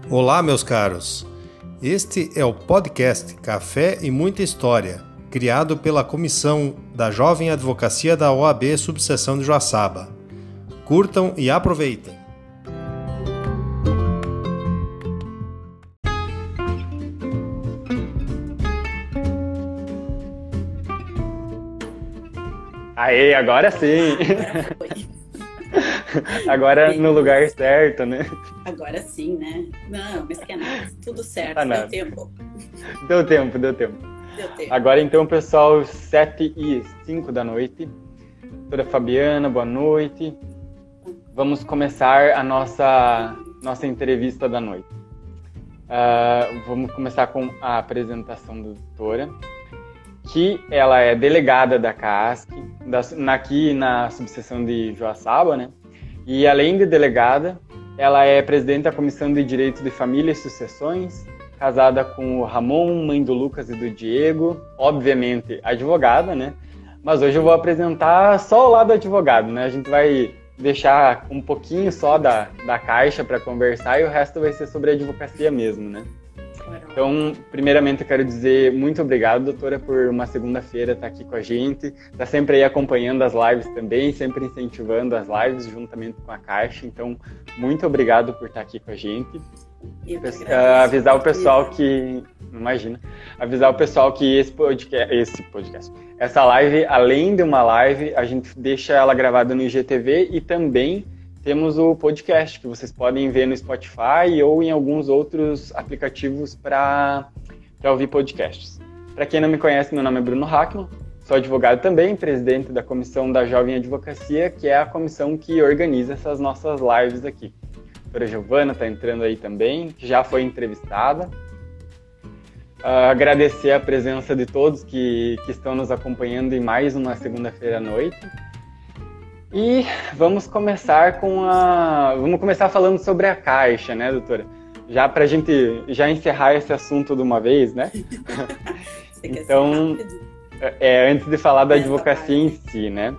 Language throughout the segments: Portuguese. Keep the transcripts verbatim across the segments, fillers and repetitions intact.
Olá, meus caros. Este é o podcast Café e Muita História, criado pela Comissão da Jovem Advocacia da O A B Subseção de Joaçaba. Curtam e aproveitem. Aê, agora sim! Agora foi. Agora no lugar certo, né? Agora sim, né? Não, mas que é nada. Tudo certo, Ah, deu nada. tempo. Deu tempo, deu tempo. Deu tempo. Agora então, pessoal, sete e cinco da noite. Doutora Fabiana, boa noite. Vamos começar a nossa, nossa entrevista da noite. Uh, vamos começar com a apresentação da doutora, que ela é delegada da C A S C, da, aqui na subseção de Joaçaba, né? E além de delegada, ela é presidente da Comissão de Direito de Família e Sucessões, casada com o Ramon, mãe do Lucas e do Diego, obviamente advogada, né? Mas hoje eu vou apresentar só o lado advogado, né? A gente vai deixar um pouquinho só da, da caixa para conversar e o resto vai ser sobre advocacia mesmo, né? Então, primeiramente, eu quero dizer muito obrigado, doutora, por uma segunda-feira estar aqui com a gente. Está sempre aí acompanhando as lives também, sempre incentivando as lives juntamente com a Caixa. Então, muito obrigado por estar aqui com a gente. Uh, avisar o pessoal que... Imagina. Avisar o pessoal que esse podcast, esse podcast, essa live, além de uma live, a gente deixa ela gravada no I G T V e também... temos o podcast, que vocês podem ver no Spotify ou em alguns outros aplicativos para ouvir podcasts. Para quem não me conhece, meu nome é Bruno Hackman, sou advogado também, presidente da Comissão da Jovem Advocacia, que é a comissão que organiza essas nossas lives aqui. A doutora Giovana está entrando aí também, que já foi entrevistada. Uh, agradecer a presença de todos que, que estão nos acompanhando em mais uma segunda-feira à noite. E vamos começar com a... Vamos começar falando sobre a Caixa, né, doutora? Já para a gente já encerrar esse assunto de uma vez, né? Você quer então, ser rápido? é, antes de falar da Essa advocacia em parte. si, né?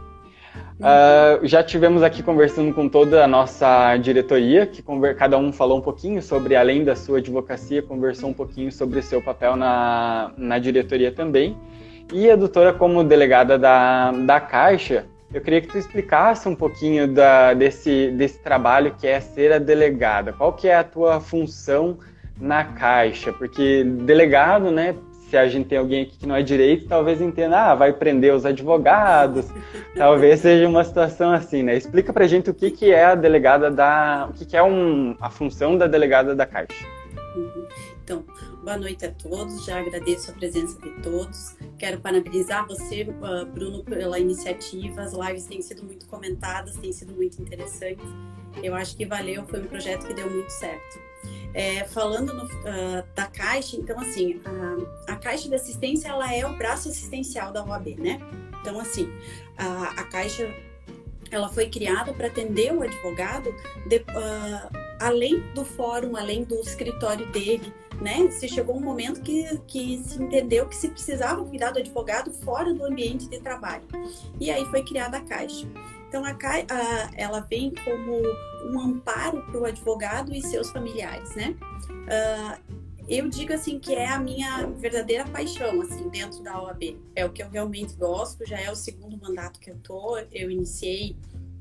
Uhum. Uh, já tivemos aqui conversando com toda a nossa diretoria, que conver... cada um falou um pouquinho sobre, além da sua advocacia, conversou um pouquinho sobre o seu papel na, na diretoria também. E a doutora, como delegada da, da Caixa, eu queria que tu explicasse um pouquinho da, desse, desse trabalho que é ser a delegada. Qual que é a tua função na Caixa? Porque delegado, né, se a gente tem alguém aqui que não é direito, talvez entenda, ah, vai prender os advogados, talvez seja uma situação assim, né? Explica pra gente o que, que é a delegada da... o que, que é um, a função da delegada da Caixa. Uhum. Então, boa noite a todos, já agradeço a presença de todos. Quero parabenizar você, Bruno, pela iniciativa. As lives têm sido muito comentadas, têm sido muito interessantes. Eu acho que valeu, foi um projeto que deu muito certo. É, falando no, uh, da Caixa, então assim, a, a Caixa de Assistência, ela é o braço assistencial da O A B, né? Então assim, a, a Caixa, ela foi criada para atender o advogado de, uh, além do fórum, além do escritório dele, né? Se chegou um momento que, que se entendeu que se precisava cuidar do advogado fora do ambiente de trabalho. E aí foi criada a Caixa. Então, a Caixa, a, ela vem como um amparo para o advogado e seus familiares, né? Uh, eu digo assim que é a minha verdadeira paixão, assim, dentro da O A B. É o que eu realmente gosto, já é o segundo mandato que eu tô. Eu iniciei,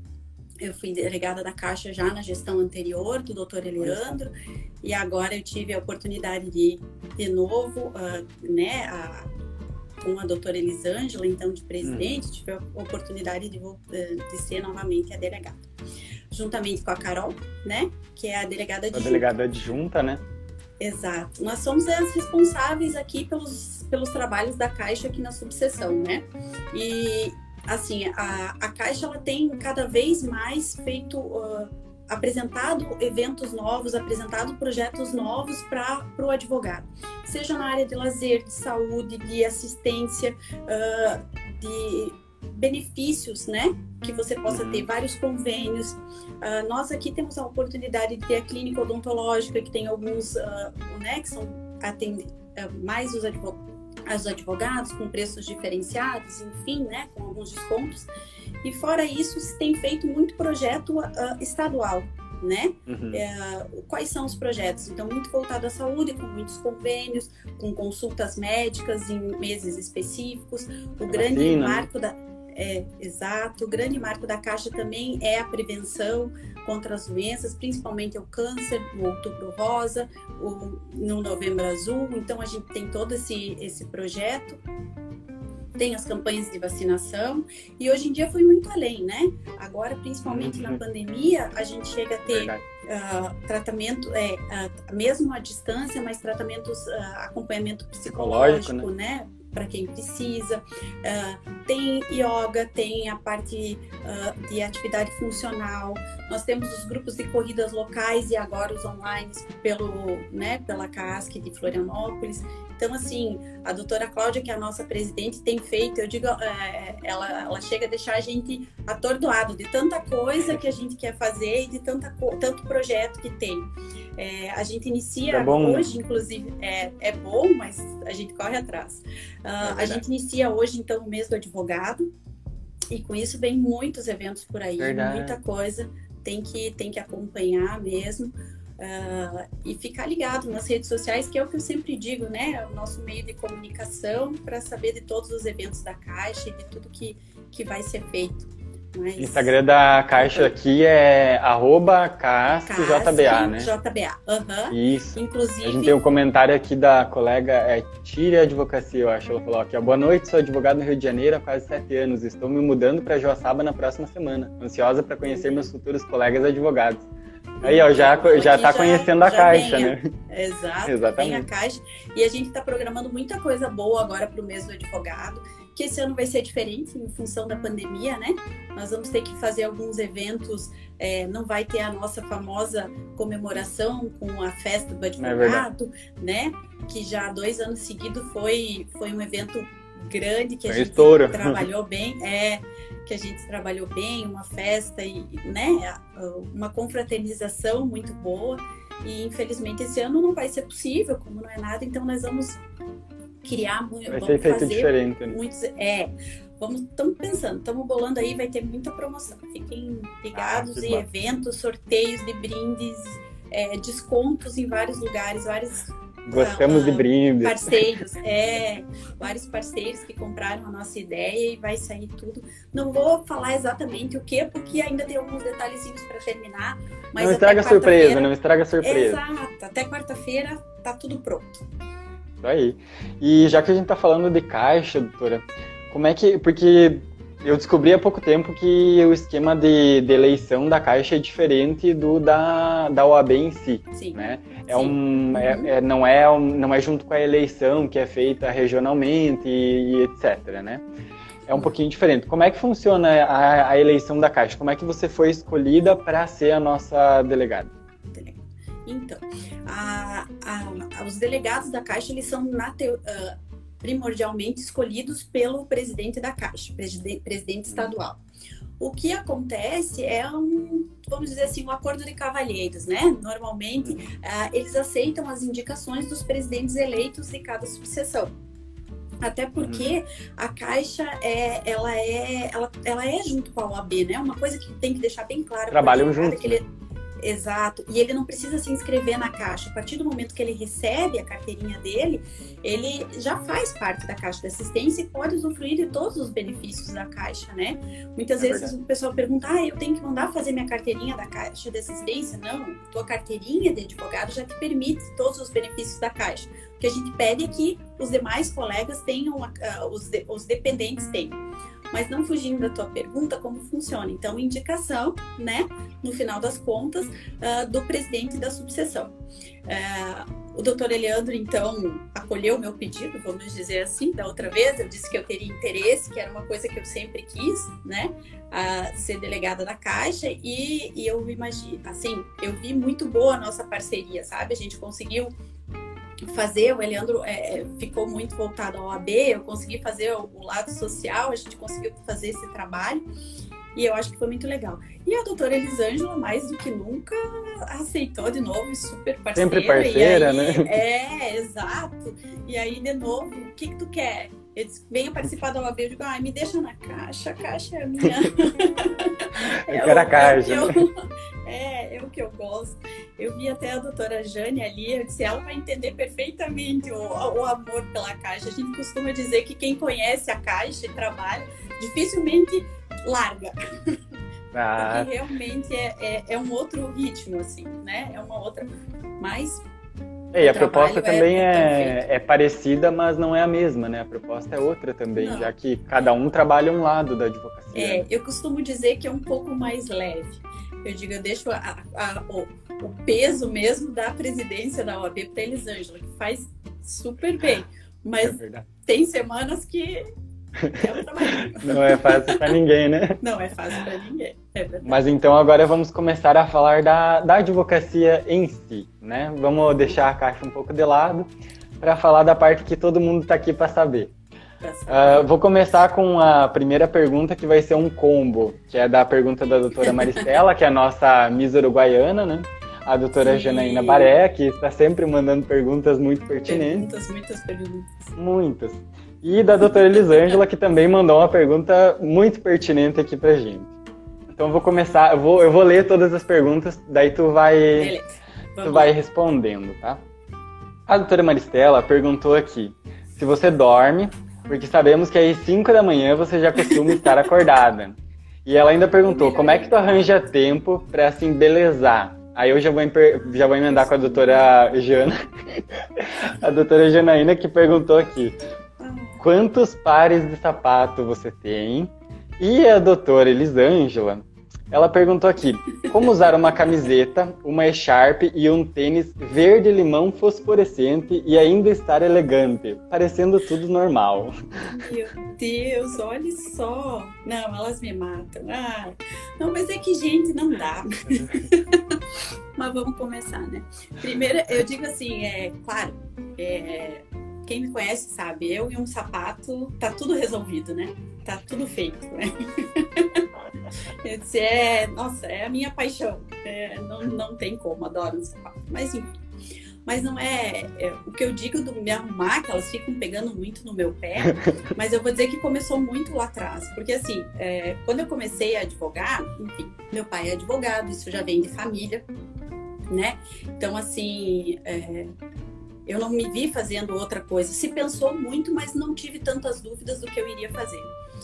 eu fui delegada da Caixa já na gestão anterior do doutor Eliandro, e agora eu tive a oportunidade de ir de novo, uh, né, a, com a doutora Elisângela, então de presidente, hum. tive a oportunidade de, de ser novamente a delegada. Juntamente com a Carol, né, que é a delegada adjunta. A delegada adjunta, né? Exato. Nós somos as responsáveis aqui pelos, pelos trabalhos da Caixa aqui na subseção, né? E, assim, a, a Caixa, ela tem cada vez mais feito, uh, apresentado eventos novos, apresentado projetos novos para o advogado. Seja na área de lazer, de saúde, de assistência, uh, de benefícios, né? Que você possa ter vários convênios. Uh, nós aqui temos a oportunidade de ter a clínica odontológica, que tem alguns, uh, né, que são, atende uh, mais os, advog os advogados, com preços diferenciados, enfim, né, com alguns descontos. E fora isso, se tem feito muito projeto uh, estadual, né? Uhum. É, quais são os projetos? Então, muito voltado à saúde, com muitos convênios, com consultas médicas em meses específicos. O grande Vacina, marco da... É, exato. O grande marco da Caixa também é a prevenção contra as doenças, principalmente o câncer, o Outubro Rosa, o, no Novembro Azul. Então, a gente tem todo esse, esse projeto. Tem as campanhas de vacinação e hoje em dia foi muito além, né? Agora, principalmente uhum. na pandemia, a gente chega a ter uh, tratamento, é, uh, mesmo à distância, mas tratamentos, uh, acompanhamento psicológico, né? né? Para quem precisa. Uh, tem yoga, tem a parte uh, de atividade funcional. Nós temos os grupos de corridas locais e agora os online pelo, né, pela CASC de Florianópolis. Então, assim, a doutora Cláudia, que é a nossa presidente, tem feito, eu digo, é, ela, ela chega a deixar a gente atordoado de tanta coisa que a gente quer fazer e de tanta, tanto projeto que tem. É, a gente inicia é bom, hoje, né? inclusive, é, é bom, mas a gente corre atrás. Uh, é a gente inicia hoje, então, o mês do advogado, e com isso vem muitos eventos por aí, verdade. Muita coisa, tem que, tem que acompanhar mesmo, uh, e ficar ligado nas redes sociais, que é o que eu sempre digo, né? É o nosso meio de comunicação para saber de todos os eventos da Caixa e de tudo que, que vai ser feito. Mas... Instagram da Caixa aqui é arroba cascjba, né? J B A, uhum. Isso. Inclusive... A gente tem um comentário aqui da colega é, Tíria Advocacia, eu acho. Ela falou aqui, ó, boa noite, sou advogada no Rio de Janeiro há quase sete anos. Estou me mudando para Joaçaba na próxima semana. Ansiosa para conhecer meus futuros colegas advogados. Aí, ó, já, já tá já, conhecendo a Caixa, venha. né? Exato, Exatamente. Vem a Caixa. E a gente tá programando muita coisa boa agora pro mês do advogado, que esse ano vai ser diferente em função da pandemia, né? Nós vamos ter que fazer alguns eventos, é, não vai ter a nossa famosa comemoração com a festa do advogado, é né? Que já há dois anos seguidos foi, foi um evento grande, que a gente estouro. trabalhou bem, é... que a gente trabalhou bem, uma festa e, né, uma confraternização muito boa, e infelizmente esse ano não vai ser possível, como não é nada, então nós vamos criar muito, vai vamos ser feito fazer diferente, né? muitos, é, vamos, estamos pensando, estamos bolando aí, vai ter muita promoção, fiquem ligados, ah, e eventos, sorteios de brindes, é, descontos em vários lugares, vários Gostamos uh, de brindes. Parceiros, é, vários parceiros que compraram a nossa ideia e vai sair tudo. Não vou falar exatamente o que, porque ainda tem alguns detalhezinhos para terminar. Mas não estraga surpresa, não estraga surpresa. Exato, até quarta-feira tá tudo pronto. Isso aí. E já que a gente tá falando de Caixa, doutora, como é que... Porque eu descobri há pouco tempo que o esquema de, de eleição da Caixa é diferente do da, da O A B em si, Sim. né? É Sim. um, Uhum. é, é, não, é um, não é junto com a eleição que é feita regionalmente e, e etcétera, né? É um pouquinho diferente. Como é que funciona a, a eleição da Caixa? Como é que você foi escolhida para ser a nossa delegada? Então, a, a, os delegados da Caixa, eles são na te, uh, primordialmente escolhidos pelo presidente da Caixa, presidente, presidente estadual. O que acontece é um, vamos dizer assim, um acordo de cavalheiros, né? Normalmente, uh, eles aceitam as indicações dos presidentes eleitos de cada subseção. Até porque a Caixa, é, ela, é, ela, ela é junto com a O A B, né? Uma coisa que tem que deixar bem claro. Trabalham juntos. Exato, e ele não precisa se inscrever na Caixa. A partir do momento que ele recebe a carteirinha dele, ele já faz parte da Caixa de Assistência e pode usufruir de todos os benefícios da Caixa, né? Muitas é vezes verdade. O pessoal pergunta, ah, eu tenho que mandar fazer minha carteirinha da Caixa de Assistência? Não, tua carteirinha de advogado já te permite todos os benefícios da Caixa. O que a gente pede é que os demais colegas tenham, uh, os, de, os dependentes tenham. Mas não fugindo da tua pergunta, como funciona? Então, indicação, né, no final das contas, uh, do presidente da subseção. Uh, o doutor Eleandro, então, acolheu o meu pedido, vamos dizer assim, da outra vez. Eu disse que eu teria interesse, que era uma coisa que eu sempre quis, né, uh, ser delegada da Caixa. E, e eu imagino, assim, eu vi muito boa a nossa parceria, sabe? A gente conseguiu fazer, o Eleandro é, ficou muito voltado ao O A B, eu consegui fazer o, o lado social, a gente conseguiu fazer esse trabalho e eu acho que foi muito legal. E a doutora Elisângela, mais do que nunca, aceitou de novo, super parceira. Sempre parceira, e aí, né? É, exato. E aí, de novo, o que que tu quer? Eu disse, venha participar da O A B, eu digo, ai, me deixa na Caixa, a Caixa é a minha... Eu quero a Caixa. Eu, eu, é, eu o que eu gosto. Eu vi até a doutora Jane ali, eu disse, ela vai entender perfeitamente o, o amor pela Caixa. A gente costuma dizer que quem conhece a Caixa e trabalha, dificilmente larga. Ah. Porque realmente é, é, é um outro ritmo, assim, né? É uma outra... Mas... É, e a proposta também é, é, é parecida, mas não é a mesma, né? A proposta é outra também, não. Já que cada um trabalha um lado da advocacia. É, eu costumo dizer que é um pouco mais leve. Eu digo, eu deixo a, a, o, o peso mesmo da presidência da O A B para a Elisângela, que faz super bem. Mas é tem semanas que é um trabalho. Não é fácil para ninguém, né? Não é fácil para ninguém, é verdade. Mas então agora vamos começar a falar da, da advocacia em si, né? Vamos deixar a Caixa um pouco de lado para falar da parte que todo mundo está aqui para saber. Uh, vou começar com a primeira pergunta, que vai ser um combo, que é da pergunta da doutora Maristela, que é a nossa Miss Uruguaiana, né? A doutora Sim. Janaína Baré, que está sempre mandando perguntas muito pertinentes. Perguntas, muitas perguntas. Muitas. E da doutora Elisângela, que também mandou uma pergunta muito pertinente aqui pra gente. Então eu vou começar, eu vou, eu vou ler todas as perguntas, daí tu vai, tu vai respondendo, tá? A doutora Maristela perguntou aqui, se você dorme, porque sabemos que às cinco da manhã você já costuma estar acordada. E ela ainda perguntou, como é que tu arranja tempo pra se embelezar? Aí eu já vou, já vou emendar com a doutora Jana, a doutora Janaína, que perguntou aqui, quantos pares de sapato você tem? E a doutora Elisângela, ela perguntou aqui, como usar uma camiseta, uma echarpe e um tênis verde-limão fosforescente e ainda estar elegante, parecendo tudo normal. Meu Deus, olha só. Não, elas me matam. Ah, não, mas é que, gente, não dá. Mas vamos começar, né? Primeiro, eu digo assim, é claro, é... quem me conhece sabe, eu e um sapato, tá tudo resolvido, né? Tá tudo feito, né? Eu disse, é, nossa, é a minha paixão. É, não, não tem como, adoro um sapato. Mas enfim, mas não é, é... O que eu digo do me arrumar, que elas ficam pegando muito no meu pé, mas eu vou dizer que começou muito lá atrás. Porque assim, é, quando eu comecei a advogar, enfim, meu pai é advogado, isso já vem de família, né? Então assim... É, eu não me vi fazendo outra coisa. Se pensou muito, mas não tive tantas dúvidas do que eu iria fazer.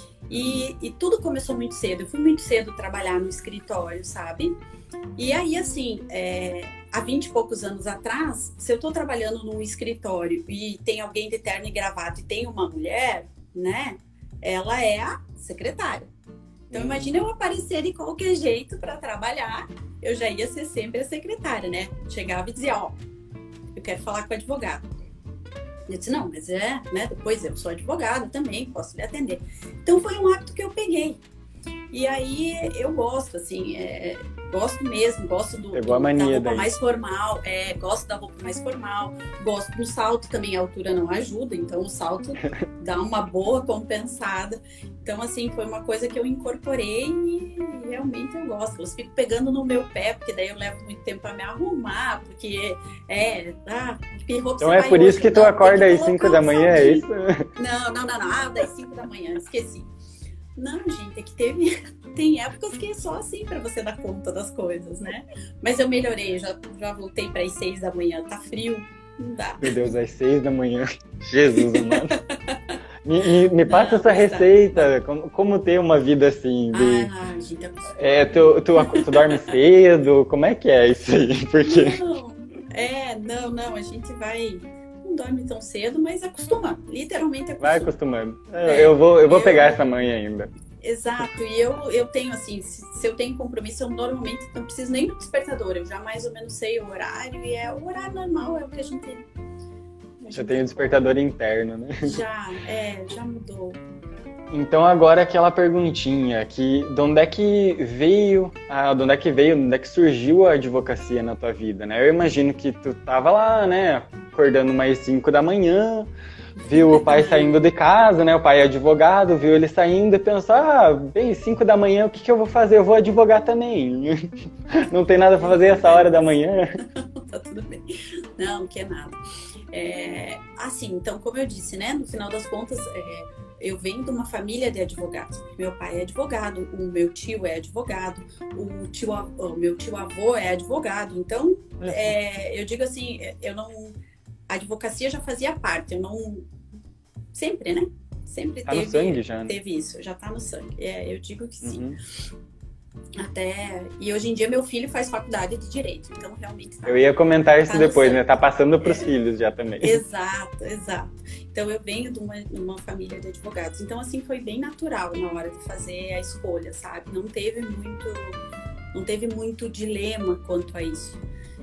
E, e tudo começou muito cedo. Eu fui muito cedo trabalhar no escritório, sabe? E aí, assim, é, há vinte e poucos anos atrás, se eu estou trabalhando num escritório e tem alguém de terno e gravata e tem uma mulher, né? Ela é a secretária. Então, imagina eu aparecer de qualquer jeito para trabalhar. Eu já ia ser sempre a secretária, né? Chegava e dizia, ó, eu quero falar com o advogado. Eu disse, não, mas é, né? Depois eu sou advogada também, posso lhe atender. Então foi um hábito que eu peguei. E aí eu gosto, assim, é, gosto mesmo, gosto do, do, a mania da roupa daí. mais formal, é, gosto da roupa mais formal, gosto do salto também, a altura não ajuda, então o salto dá uma boa compensada. Então, assim, foi uma coisa que eu incorporei e realmente eu gosto. Elas ficam pegando no meu pé, porque daí eu levo muito tempo para me arrumar, porque é, ah, que roupa então você é vai por hoje? isso que tu Não, acorda que às cinco da manhã, é isso? Não, não, não, não, ah, das cinco da manhã, esqueci. Não, gente, é que teve... Tem épocas que é só assim pra você dar conta das coisas, né? Mas eu melhorei, já, já voltei para as seis da manhã. Tá frio, não dá. Meu Deus, às seis da manhã. Jesus, amado. Me, me, me passa não, essa receita, como, como ter uma vida assim? De... Ah, gente, é, tu, tu, tu dorme cedo? Como é que é isso aí? Porque... Não, é, não, não, a gente vai... Não dorme tão cedo, mas acostuma, literalmente acostuma. Vai acostumando. É, eu vou, eu vou eu... pegar essa manhã ainda. Exato, e eu, eu tenho assim, se, se eu tenho compromisso, eu normalmente não preciso nem do despertador, eu já mais ou menos sei o horário, e é o horário normal, é o que a gente... A já tem o despertador interno, né? Já, é, já mudou. Então agora aquela perguntinha, que de onde é que veio, ah, de onde é que veio, de onde é que surgiu a advocacia na tua vida, né? Eu imagino que tu tava lá, né, acordando mais cinco da manhã, viu o pai saindo de casa, né? O pai é advogado, viu ele saindo e pensou, ah, bem, cinco da manhã, o que que eu vou fazer? Eu vou advogar também. Não tem nada para fazer essa hora da manhã. Tá tudo bem. Não, não quer nada. É, assim, então, como eu disse, né? No final das contas, é, eu venho de uma família de advogados. Meu pai é advogado, o meu tio é advogado, o, tio, o meu tio-avô é advogado. Então, é, eu digo assim, eu não... A advocacia já fazia parte, eu não... Sempre, né? Sempre tá teve, no sangue já, né? teve isso, já tá no sangue. É, eu digo que sim. Uhum. Até... E hoje em dia meu filho faz faculdade de Direito, então realmente... Tá, eu ia comentar isso tá depois, né? Tá passando pros é. filhos já também. Exato, exato. Então eu venho de uma, de uma família de advogados. Então assim, foi bem natural na hora de fazer a escolha, sabe? Não teve muito, não teve muito dilema quanto a isso.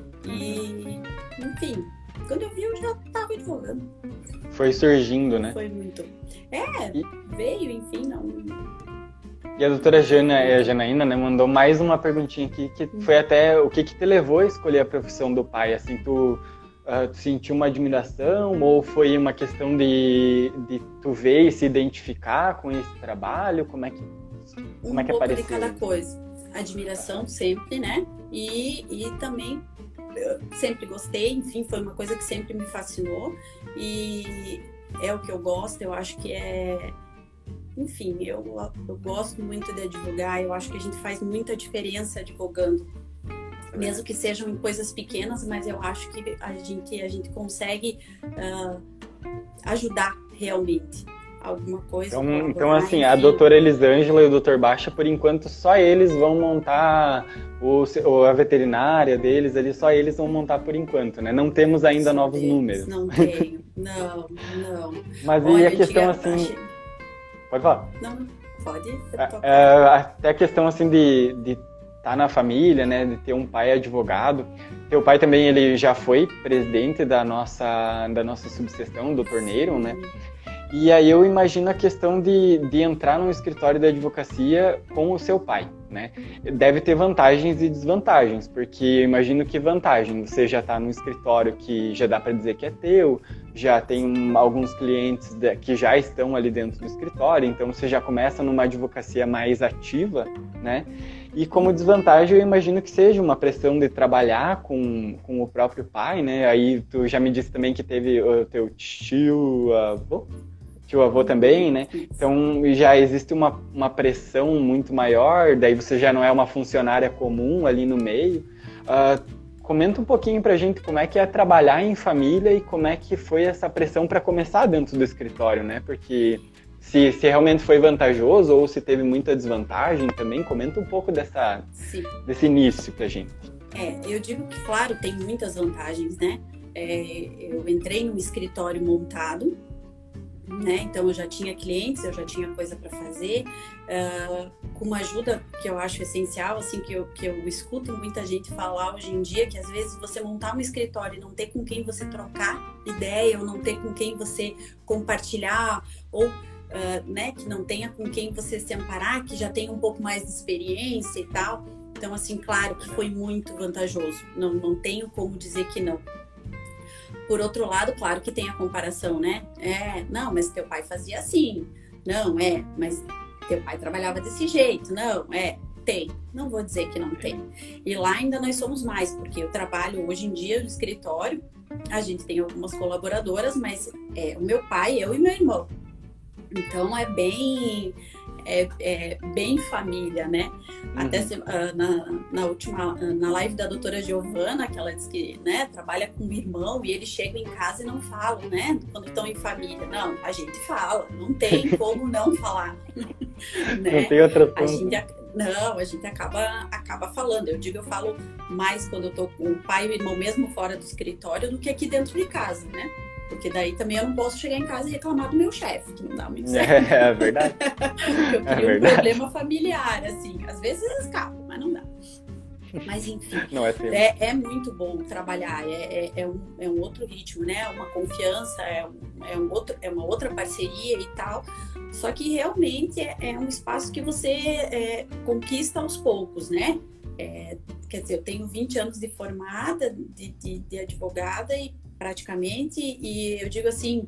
E, enfim, quando eu vi eu já tava advogando. Foi surgindo, né? Foi muito... É, e... veio, enfim, não... E a doutora Jana, a Janaína, né, mandou mais uma perguntinha aqui, que foi até o que, que te levou a escolher a profissão do pai? Assim, tu, uh, tu sentiu uma admiração ou foi uma questão de, de tu ver e se identificar com esse trabalho? Como é que, como um é que pouco apareceu? De cada coisa. Admiração sempre, né? E, e também eu sempre gostei, enfim, foi uma coisa que sempre me fascinou e é o que eu gosto, eu acho que é... Enfim, eu, eu gosto muito de advogar, eu acho que a gente faz muita diferença advogando, mesmo que sejam em coisas pequenas, mas eu acho que a gente, a gente consegue uh, ajudar realmente alguma coisa. Então, então assim, enfim. A doutora Elisângela e o doutor Baixa, por enquanto, só eles vão montar o, a veterinária deles ali, só eles vão montar por enquanto, né? Não temos ainda só novos deles, números. Não tenho, não, não. Mas Olha, e a questão assim... Achei... Pode falar. Não, pode. É, até a questão assim de de estar na família, né, de ter um pai advogado. Teu pai também ele já foi presidente da nossa da nossa subseção do Torneiro, né? E aí eu imagino a questão de, de entrar num escritório de advocacia com o seu pai, né? Deve ter vantagens e desvantagens, porque eu imagino que vantagem, você já está num escritório que já dá para dizer que é teu, já tem um, alguns clientes de, que já estão ali dentro do escritório, então você já começa numa advocacia mais ativa, né? E como desvantagem, eu imagino que seja uma pressão de trabalhar com, com o próprio pai, né? Aí tu já me disse também que teve o teu tio avô, tio avô também, né? Então já existe uma, uma pressão muito maior, daí você já não é uma funcionária comum ali no meio. Uh, comenta um pouquinho pra gente como é que é trabalhar em família e como é que foi essa pressão para começar dentro do escritório, né? Porque se, se realmente foi vantajoso ou se teve muita desvantagem também, comenta um pouco dessa, desse início pra gente. É, eu digo que, claro, tem muitas vantagens, né? É, eu entrei num escritório montado, né? Então eu já tinha clientes, eu já tinha coisa para fazer, uh, com uma ajuda que eu acho essencial, assim, que eu, que eu escuto muita gente falar hoje em dia, que às vezes você montar um escritório e não ter com quem você trocar ideia, ou não ter com quem você compartilhar, ou uh, né, que não tenha com quem você se amparar, que já tenha um pouco mais de experiência e tal. Então, assim, claro que foi muito vantajoso, não, não tenho como dizer que não. Por outro lado, claro que tem a comparação, né? É, não, mas teu pai fazia assim. Não, é, mas teu pai trabalhava desse jeito. Não, é, tem. Não vou dizer que não tem. E lá ainda nós somos mais, porque eu trabalho hoje em dia no escritório, a gente tem algumas colaboradoras, mas é o meu pai, eu e meu irmão. Então é bem... É, é bem família, né? Uhum. Até uh, na, na última, uh, na live da doutora Giovana, que ela diz que, né, trabalha com o irmão e eles chegam em casa e não falam, né? Quando estão em família. Não, a gente fala, não tem como não falar. Né? Não tem outra forma. A gente, não, a gente acaba, acaba falando. Eu digo, eu falo mais quando eu tô com o pai e o irmão mesmo fora do escritório do que aqui dentro de casa, né? Porque daí também eu não posso chegar em casa e reclamar do meu chefe, que não dá muito certo. É, é verdade. Eu queria é um problema familiar, assim. Às vezes escapa, mas não dá. Mas enfim, não é, é, é muito bom trabalhar, é, é, é, um, é um outro ritmo, né? Uma confiança, é, um, é, um outro, é uma outra parceria e tal. Só que realmente é, é um espaço que você é, conquista aos poucos, né? É, quer dizer, eu tenho vinte anos de formada, de, de, de advogada e praticamente, e eu digo assim,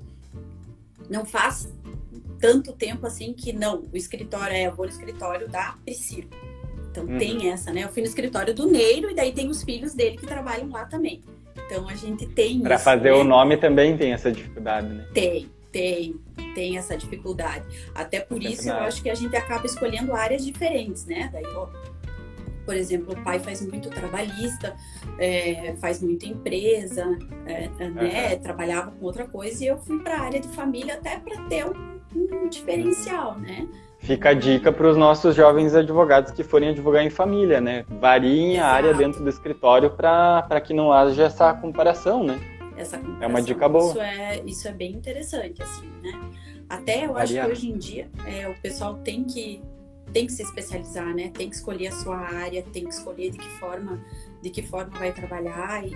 não faz tanto tempo assim que não, o escritório é, eu vou no escritório da Priscila. Então uhum. tem essa, né? Eu fui no escritório do Neiro e daí tem os filhos dele que trabalham lá também. Então a gente tem Pra isso, fazer né? o nome também tem essa dificuldade, né? Tem, Tem, tem essa dificuldade. Até por Sempre isso eu nada. acho que a gente acaba escolhendo áreas diferentes, né? Daí, ó, por exemplo, o pai faz muito trabalhista, é, faz muita empresa, é, né? Uhum. Trabalhava com outra coisa e eu fui para a área de família até para ter um, um diferencial, né? Fica a dica para os nossos jovens advogados que forem advogar em família, né? Variem a área Exato. dentro do escritório para que não haja essa comparação, né? Essa É uma dica boa. Isso é, isso é bem interessante, assim, né? Até eu acho Variar. que hoje em dia é, o pessoal tem que, tem que se especializar, né? Tem que escolher a sua área, tem que escolher de que forma, de que forma vai trabalhar e,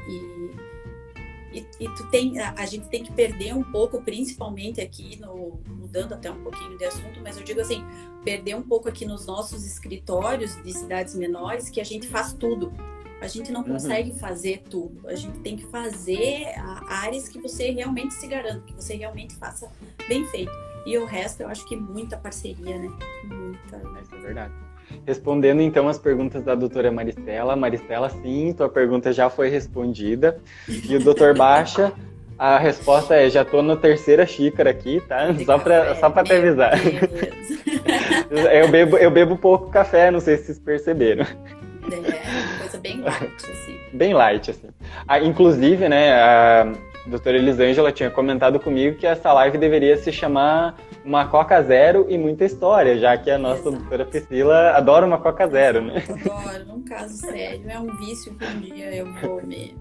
e, e tu tem, a, a gente tem que perder um pouco, principalmente aqui, no, mudando até um pouquinho de assunto, mas eu digo assim, perder um pouco aqui nos nossos escritórios de cidades menores, que a gente faz tudo. A gente não consegue uhum. fazer tudo. A gente tem que fazer áreas que você realmente se garanta, que você realmente faça bem feito. E o resto, eu acho que muita parceria, né? Muita. Isso é verdade. Respondendo, então, as perguntas da doutora Maristela. Maristela, sim, tua pergunta já foi respondida. E o doutor Baixa, a resposta é, já tô na terceira xícara aqui, tá? De só para só para te avisar. eu, bebo, eu bebo pouco café, não sei se vocês perceberam. É, coisa bem light, assim. Bem light, assim. Ah, inclusive, né, a doutora Elisângela tinha comentado comigo que essa live deveria se chamar Uma Coca Zero e Muita História, já que a nossa Exato. doutora Priscila adora uma Coca Zero, né? Adoro, num caso sério, é um vício que um dia eu vou me...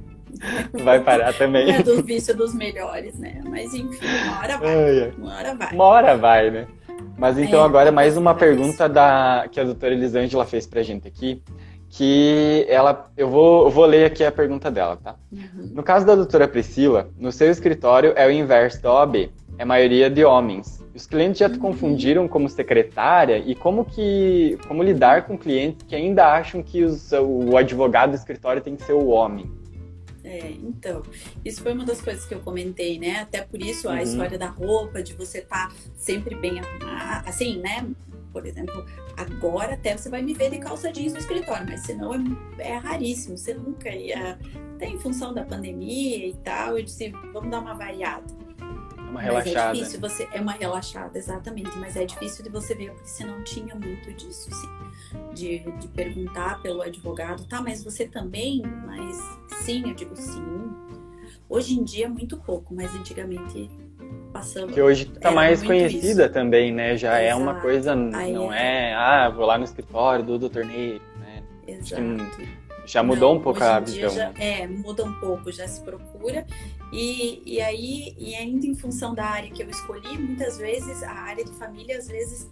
Vai parar também. É do vício dos melhores, né? Mas enfim, uma hora vai, ai, ai. uma hora vai. Uma hora vai, né? Mas então é, agora mais uma pergunta da, que a doutora Elisângela fez pra gente aqui, que ela, eu vou, eu vou ler aqui a pergunta dela, tá? Uhum. No caso da doutora Priscila, no seu escritório é o inverso da O A B, é maioria de homens. Os clientes já te uhum. confundiram como secretária e como, que, como lidar com clientes que ainda acham que os, o advogado do escritório tem que ser o homem? É, então, isso foi uma das coisas que eu comentei, né? Até por isso a uhum. história da roupa, de você estar tá sempre bem arrumada, assim, né? Por exemplo, agora até você vai me ver de calça jeans no escritório, mas senão é, é raríssimo, você nunca ia... Até em função da pandemia e tal, eu disse, vamos dar uma variada. Uma relaxada. Mas é difícil você... É uma relaxada, exatamente, mas é difícil de você ver, porque você não tinha muito disso, sim. De, de perguntar pelo advogado, tá, mas você também? Mas sim, eu digo sim. Hoje em dia, muito pouco, mas antigamente passando... Que hoje tá mais conhecida isso. também, né? Já Exato. é uma coisa, Aí não é... é, ah, vou lá no escritório do doutor Ney, né? Exato. Já mudou não, um pouco a visão. Já, é, muda um pouco, já se procura. E, e aí, e ainda em função da área que eu escolhi, muitas vezes, a área de família, às vezes,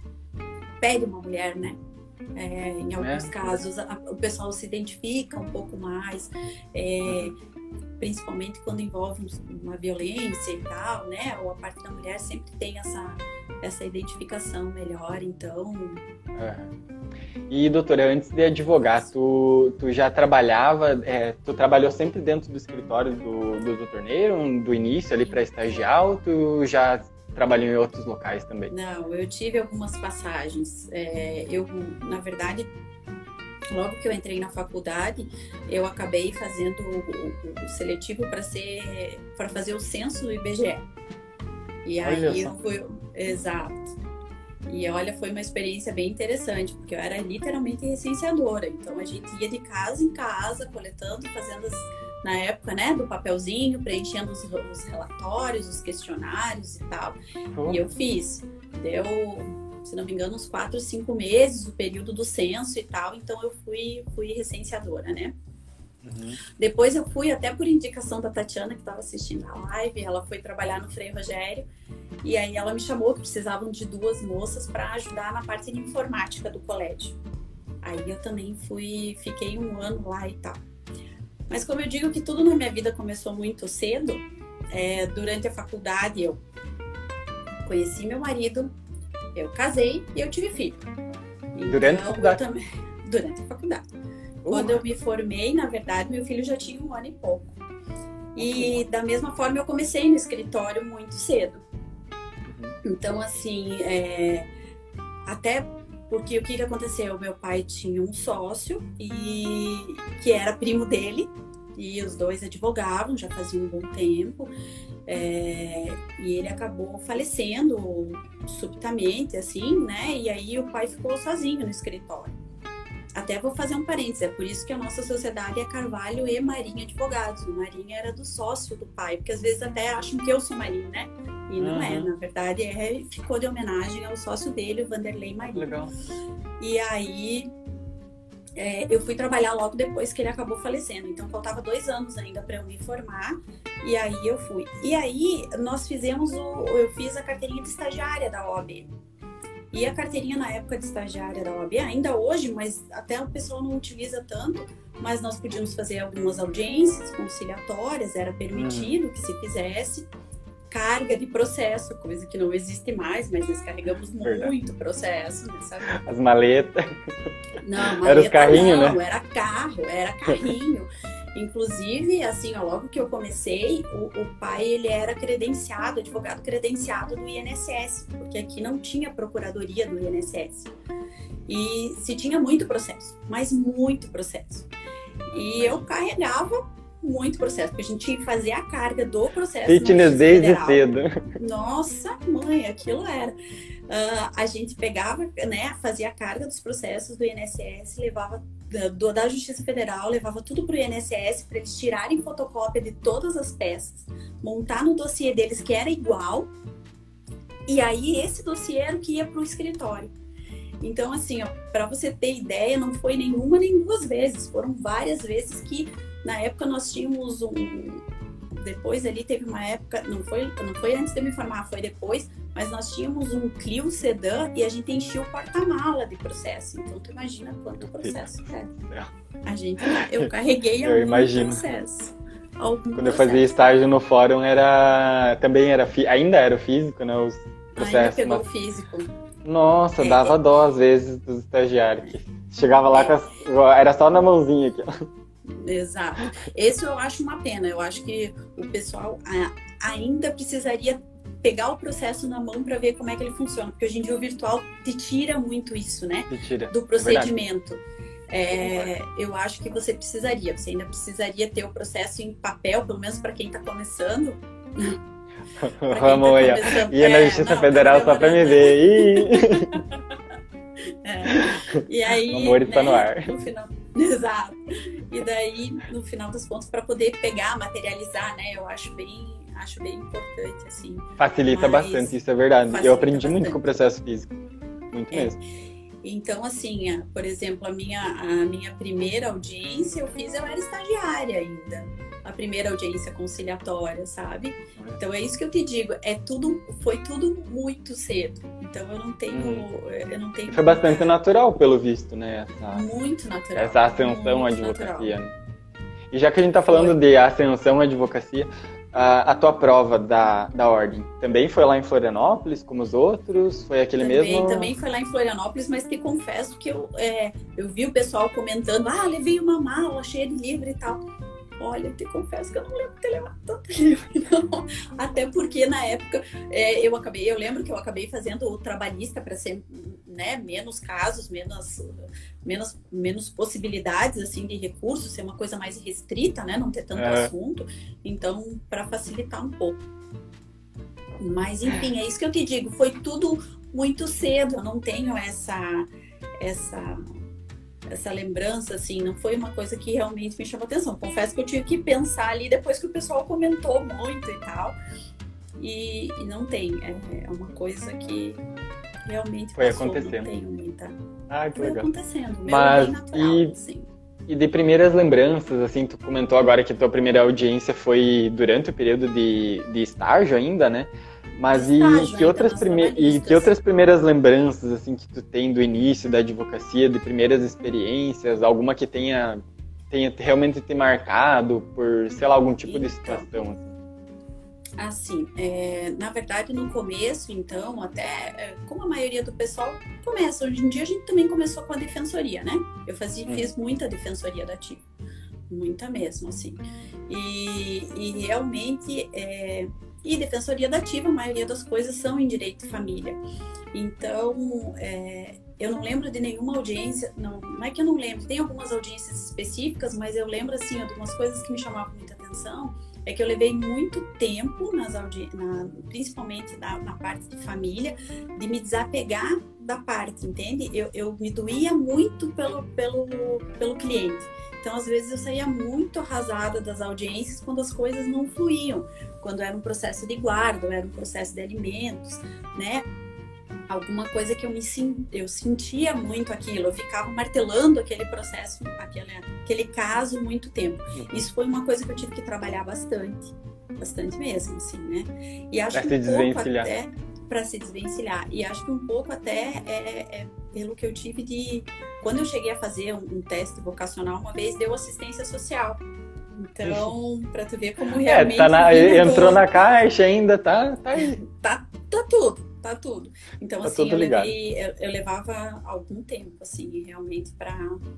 pede uma mulher, né? É, em alguns é. casos, a, o pessoal se identifica um pouco mais, é, principalmente quando envolve uma violência e tal, né? Ou a parte da mulher sempre tem essa, essa identificação melhor, então... É. E, doutora, antes de advogar, tu, tu já trabalhava, é, tu trabalhou sempre dentro do escritório do, do doutor Neiro, do início ali para estagiar, ou tu já trabalhou em outros locais também? Não, eu tive algumas passagens. É, eu, na verdade, logo que eu entrei na faculdade, eu acabei fazendo o, o, o seletivo para ser, para fazer o censo do I B G E. E aí eu fui, exato. E olha, foi uma experiência bem interessante, porque eu era literalmente recenseadora. Então a gente ia de casa em casa, coletando, fazendo as, na época, né, do papelzinho, preenchendo os, os relatórios, os questionários e tal. Oh. E eu fiz. Deu, se não me engano, uns quatro, cinco meses, o período do censo e tal. Então eu fui, fui recenseadora, né? Uhum. Depois eu fui, até por indicação da Tatiana, que estava assistindo a live, ela foi trabalhar no Frei Rogério, e aí ela me chamou que precisavam de duas moças para ajudar na parte de informática do colégio. Aí eu também fui, fiquei um ano lá e tal. Mas como eu digo que tudo na minha vida começou muito cedo, é, durante a faculdade eu conheci meu marido, eu casei e eu tive filho. Então, durante a faculdade? Também, durante a faculdade. Quando eu me formei, na verdade, meu filho já tinha um ano e pouco. E da mesma forma eu comecei no escritório muito cedo. Então, assim, é... até porque o que, que aconteceu? Meu pai tinha um sócio e que era primo dele. e os dois advogavam, já fazia um bom tempo, é, e ele acabou falecendo subitamente, assim, né? E aí o pai ficou sozinho no escritório. Até vou fazer um parênteses, é por isso que a nossa sociedade é Carvalho e Marinho Advogados. O Marinho era do sócio do pai, porque às vezes até acham que eu sou Marinho, né? E não uhum. é, na verdade é, ficou de homenagem ao sócio dele, o Vanderlei Marinho. Legal. E aí é, eu fui trabalhar logo depois que ele acabou falecendo, então faltava dois anos ainda para eu me formar, e aí eu fui. E aí nós fizemos, o, eu fiz a carteirinha de estagiária da O A B. E a carteirinha na época de estagiária da O A B, ainda hoje, mas até o pessoal não utiliza tanto, mas nós podíamos fazer algumas audiências conciliatórias, era permitido uhum. que se fizesse carga de processo, coisa que não existe mais, mas nós carregamos Verdade. muito processo nessa época. As maletas. Não, maleta era os carrinhos, não, né? era carro, era carrinho. Inclusive, assim, ó, logo que eu comecei, o, o pai, ele era credenciado, advogado credenciado do I N S S, porque aqui não tinha procuradoria do I N S S. E se tinha muito processo, mas muito processo. E eu carregava muito processo, porque a gente tinha que fazer a carga do processo. Fitness desde cedo. Nossa, mãe, aquilo era. Uh, a gente pegava, né, fazia a carga dos processos do I N S S, levava do, da Justiça Federal, levava tudo para o I N S S para eles tirarem fotocópia de todas as peças, montar no dossiê deles que era igual, e aí esse dossiê era o que ia para o escritório. Então, assim, para você ter ideia, não foi nenhuma nem duas vezes, foram várias vezes que na época nós tínhamos um... Depois ali teve uma época, não foi, não foi antes de eu me formar, foi depois, mas nós tínhamos um Clio sedã e a gente enchia o porta-mala de processo. Então tu imagina quanto processo é. A gente, eu carreguei eu imagino. processo. Algum Quando processo. eu fazia estágio no fórum, era também era ainda era o físico, né? Os processos. Ainda pegou mas... o físico. Nossa, é, dava é... dó às vezes dos estagiários. Chegava lá é... com as... era só na mãozinha aqui, ó. Exato. Esse eu acho uma pena. Eu acho que o pessoal ainda precisaria pegar o processo na mão para ver como é que ele funciona, porque hoje em dia o virtual te tira muito isso, né? Te tira. Do procedimento. É, eu acho que você precisaria, você ainda precisaria ter o processo em papel, pelo menos para quem está começando. Vamos aí, ó. Ia na Justiça não, Federal só para me ver. É. E aí, o amor está né, no ar. No final, exato. E daí, no final dos contos, para poder pegar, materializar, né? Eu acho bem, acho bem importante, assim. Facilita Mas bastante, isso é verdade. Eu aprendi bastante. muito com o processo físico. Muito é. mesmo. Então, assim, por exemplo, a minha, a minha primeira audiência eu fiz, eu era estagiária ainda. A primeira audiência conciliatória, sabe? Então é isso que eu te digo, é tudo, foi tudo muito cedo. Então eu não tenho, hum. eu não tenho. Foi bastante natural, pelo visto, né? Essa, muito natural. Essa ascensão à advocacia. Né? E já que a gente está falando foi. de ascensão à advocacia, a, a tua prova da, da ordem também foi lá em Florianópolis, como os outros? Foi aquele também, mesmo? Também foi lá em Florianópolis, mas te confesso que eu, é, eu vi o pessoal comentando, ah, levei uma mala cheia de livro e tal. Olha, eu te confesso que eu não lembro de ter levado tanto livro, não. Até porque na época é, eu acabei, eu lembro que eu acabei fazendo o trabalhista para ser, né, menos casos, menos, menos, menos possibilidades assim de recursos, ser uma coisa mais restrita, né, não ter tanto é. assunto. Então, para facilitar um pouco. Mas enfim, é isso que eu te digo. Foi tudo muito cedo. Eu não tenho essa essa essa lembrança, assim, não foi uma coisa que realmente me chamou atenção. Confesso que eu tive que pensar ali depois que o pessoal comentou muito e tal. E, e não tem. É, é uma coisa que realmente foi passou, acontecendo. Não tenho muita... Ah, que foi legal. acontecendo. Meu Mas, é bem natural, e, assim. E de primeiras lembranças, assim, tu comentou agora que a tua primeira audiência foi durante o período de, de estágio ainda, né? Mas e que, outras prime... e que outras primeiras lembranças, assim, que tu tem do início da advocacia, de primeiras experiências, alguma que tenha, tenha realmente te marcado por, sei lá, algum tipo então, de situação? Assim, assim é, na verdade, no começo, então, até, como a maioria do pessoal começa, hoje em dia a gente também começou com a defensoria, né? Eu fazia, hum. fiz muita defensoria da ativa, muita mesmo, assim. E, e realmente... É, E defensoria da ativa, a maioria das coisas são em direito de família. Então, é, eu não lembro de nenhuma audiência, não, não é que eu não lembro, tem algumas audiências específicas, mas eu lembro, assim, algumas coisas que me chamavam muita atenção, é que eu levei muito tempo, nas audi- na, principalmente na, na parte de família, de me desapegar da parte, entende? Eu, eu me doía muito pelo, pelo, pelo cliente. Então, às vezes, eu saía muito arrasada das audiências quando as coisas não fluíam, quando era um processo de guarda, ou era um processo de alimentos, né? Alguma coisa que eu me eu sentia muito aquilo, eu ficava martelando aquele processo, aquele, aquele caso muito tempo. Isso foi uma coisa que eu tive que trabalhar bastante, bastante mesmo, assim, né? E acho pra que se um pouco desvencilhar. até para se desvencilhar. E acho que um pouco até é, é pelo que eu tive de quando eu cheguei a fazer um, um teste vocacional uma vez, deu assistência social. Então, para tu ver como realmente É, tá na, entrou todo... na caixa ainda, tá, tá aí. Tá, tá tudo. Tá tudo. Então, tá assim, tudo eu, ligado. levei, eu, eu levava algum tempo, assim, realmente pra...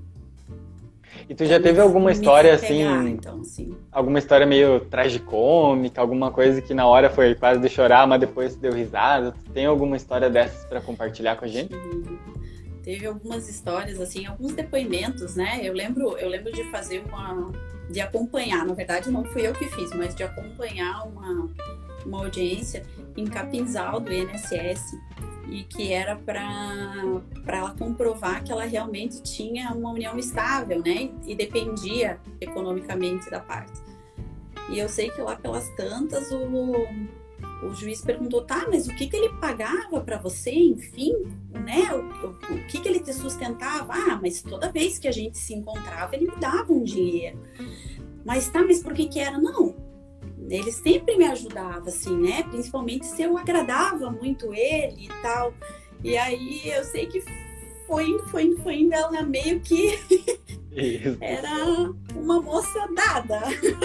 E tu já teve alguma história, assim, então, assim, alguma história meio tragicômica, alguma coisa que na hora foi quase de chorar, mas depois deu risada? Tu tem alguma história dessas pra compartilhar com a gente? Teve algumas histórias, assim, alguns depoimentos, né? Eu lembro, eu lembro de fazer uma... de acompanhar, na verdade não fui eu que fiz, mas de acompanhar uma... uma audiência em Capinzal do I N S S e que era para para ela comprovar que ela realmente tinha uma união estável, né? E dependia economicamente da parte. E eu sei que lá pelas tantas o, o juiz perguntou, tá, mas o que que ele pagava para você, enfim, né? O, o, o que que ele te sustentava? Ah, mas toda vez que a gente se encontrava ele me dava um dinheiro. Mas tá, mas por que que era? Não. Ele sempre me ajudava, assim, né? Principalmente se eu agradava muito ele e tal. E aí eu sei que foi indo, foi indo, foi indo, ela meio que era uma moça dada.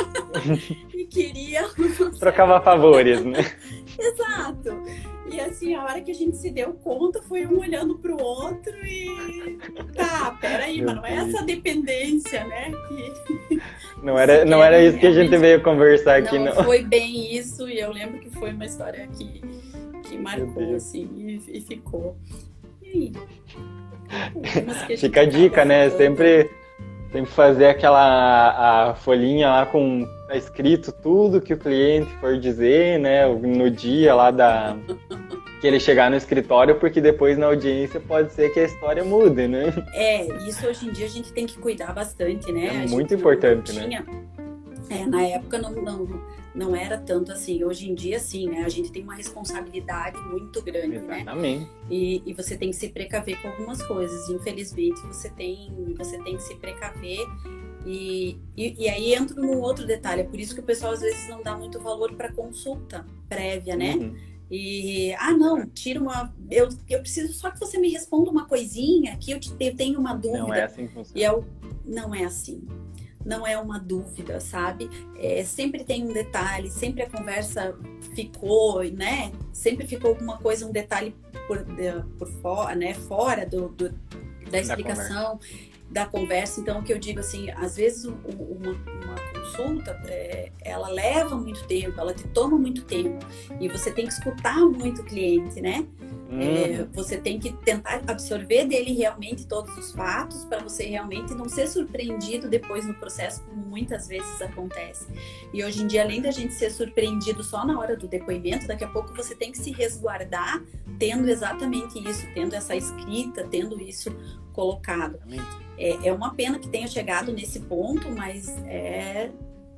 E queria... Trocava favores, né? Exato. E assim, a hora que a gente se deu conta, foi um olhando pro outro e... Tá, peraí, mas não é essa dependência, né? Que... Não era, não era isso que a gente veio conversar aqui, não. Não foi bem isso, e eu lembro que foi uma história que, que marcou, assim, e, e ficou. E aí? A Fica a dica, né? Sempre, sempre fazer aquela a folhinha lá com tá escrito tudo que o cliente for dizer, né? No dia lá da... que ele chegar no escritório, porque depois na audiência pode ser que a história mude, né? É, isso hoje em dia a gente tem que cuidar bastante, né? É a muito gente importante, não tinha, né? É, na época não, não, não era tanto assim, hoje em dia sim, né? A gente tem uma responsabilidade muito grande, Exatamente. Né? E, e você tem que se precaver com algumas coisas, infelizmente você tem, você tem que se precaver. E, e, e aí entra num outro detalhe, é por isso que o pessoal às vezes não dá muito valor para consulta prévia, né? Uhum. E, ah não, tira uma, eu, eu preciso só que você me responda uma coisinha, que eu, te, eu tenho uma dúvida. Não é assim que funciona. E eu, não é assim, não é uma dúvida, sabe? É, sempre tem um detalhe, sempre a conversa ficou, né? Sempre ficou alguma coisa, um detalhe por, de, por fora, né? Fora do, do, da explicação, da conversa. da conversa. Então, o que eu digo assim, às vezes uma, uma consulta, é, ela leva muito tempo, ela te toma muito tempo e você tem que escutar muito o cliente, né? Hum. É, você tem que tentar absorver dele realmente todos os fatos para você realmente não ser surpreendido depois no processo, como muitas vezes acontece. E hoje em dia, além da gente ser surpreendido só na hora do depoimento, daqui a pouco você tem que se resguardar tendo exatamente isso, tendo essa escrita, tendo isso colocado. É, é uma pena que tenha chegado nesse ponto, mas é...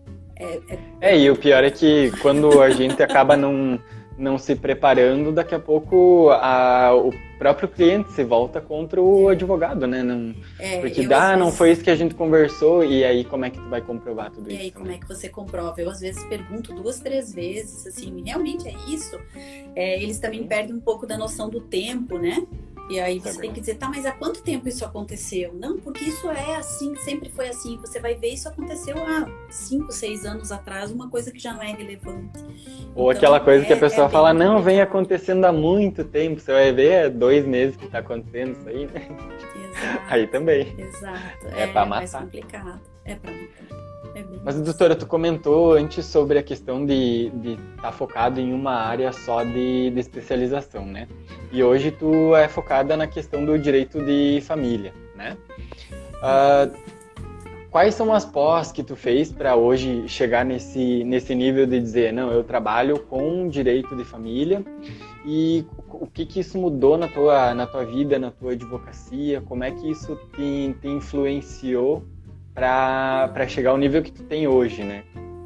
É, é... é, e o pior é que quando a gente acaba não, não se preparando, daqui a pouco a, o próprio cliente se volta contra o advogado, né? Não, é, porque eu, dá, vezes... não foi isso que a gente conversou, e aí como é que tu vai comprovar tudo e isso? E aí como é que você comprova? Eu às vezes pergunto duas, três vezes, assim, realmente é isso? É, eles também Sim. perdem um pouco da noção do tempo, né? E aí você é tem que dizer, tá, mas há quanto tempo isso aconteceu? Não, porque isso é assim, sempre foi assim. Você vai ver, isso aconteceu há cinco, seis anos atrás, uma coisa que já não é relevante. Ou então, aquela coisa é, que a pessoa é fala, não, vem acontecendo há muito tempo. Você vai ver, é dois meses que tá acontecendo isso aí, né? Exato. Aí também. Exato. É, é pra matar. É mais complicado. É pra matar. É bem Mas, isso. doutora, tu comentou antes sobre a questão de estar tá focado em uma área só de, de especialização, né? E hoje tu é focada na questão do direito de família, né? Uh, quais são as pós que tu fez para hoje chegar nesse, nesse nível de dizer, não, eu trabalho com direito de família, e o que que isso mudou na tua, na tua vida, na tua advocacia? Como é que isso te, te influenciou para chegar ao nível que tu tem hoje, né?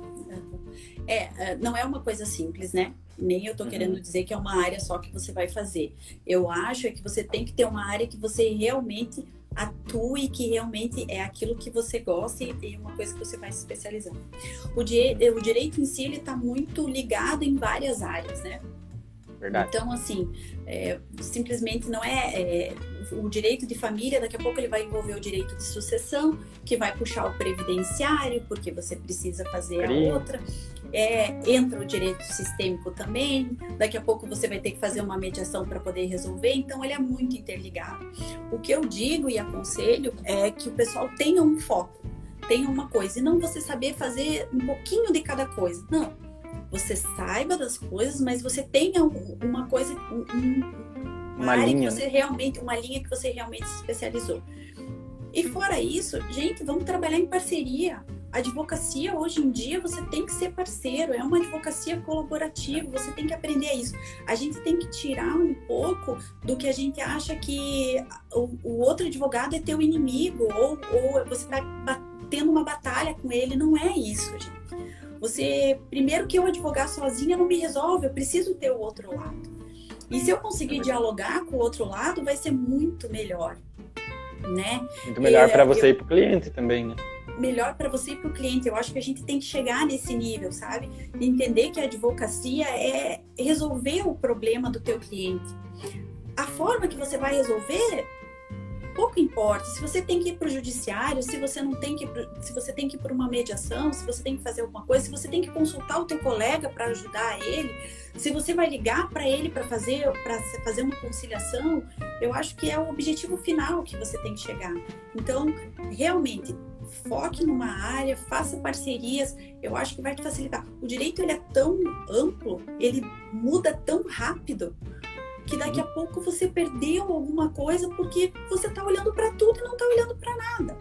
É, não é uma coisa simples, né? Nem eu tô uhum. querendo dizer que é uma área só que você vai fazer. Eu acho é que você tem que ter uma área que você realmente atue, que realmente é aquilo que você gosta e uma coisa que você vai se especializando. O, di- o direito em si, ele tá muito ligado em várias áreas, né? Verdade. Então, assim, é, simplesmente não é, é o direito de família, daqui a pouco ele vai envolver o direito de sucessão, que vai puxar o previdenciário, porque você precisa fazer a outra. É, entra o direito sistêmico também, daqui a pouco você vai ter que fazer uma mediação para poder resolver, então ele é muito interligado. O que eu digo e aconselho é que o pessoal tenha um foco, tenha uma coisa, e não você saber fazer um pouquinho de cada coisa, não. Você saiba das coisas, mas você tenha uma coisa, um, uma, uma área linha, que você né? realmente, uma linha que você realmente se especializou. E fora isso, gente, vamos trabalhar em parceria. A advocacia, hoje em dia, você tem que ser parceiro, é uma advocacia colaborativa, você tem que aprender isso. A gente tem que tirar um pouco do que a gente acha que o, o outro advogado é teu inimigo, ou, ou você está tendo uma batalha com ele. Não é isso, gente. Você, primeiro que eu advogar sozinha não me resolve, eu preciso ter o outro lado. E se eu conseguir dialogar com o outro lado, vai ser muito melhor, né? Muito melhor é, para você eu... e para o cliente também, né? Melhor para você e para o cliente. Eu acho que a gente tem que chegar nesse nível, sabe? Entender que a advocacia é resolver o problema do teu cliente. A forma que você vai resolver, pouco importa. Se você tem que ir para o judiciário, se você não tem que ir pro, se você tem que ir para uma mediação, se você tem que fazer alguma coisa, se você tem que consultar o teu colega para ajudar ele, se você vai ligar para ele para fazer, para fazer uma conciliação, eu acho que é o objetivo final que você tem que chegar. Então, realmente, foque numa área, faça parcerias, eu acho que vai te facilitar. O direito, ele é tão amplo, ele muda tão rápido, que daqui a pouco você perdeu alguma coisa porque você tá olhando para tudo e não tá olhando para nada,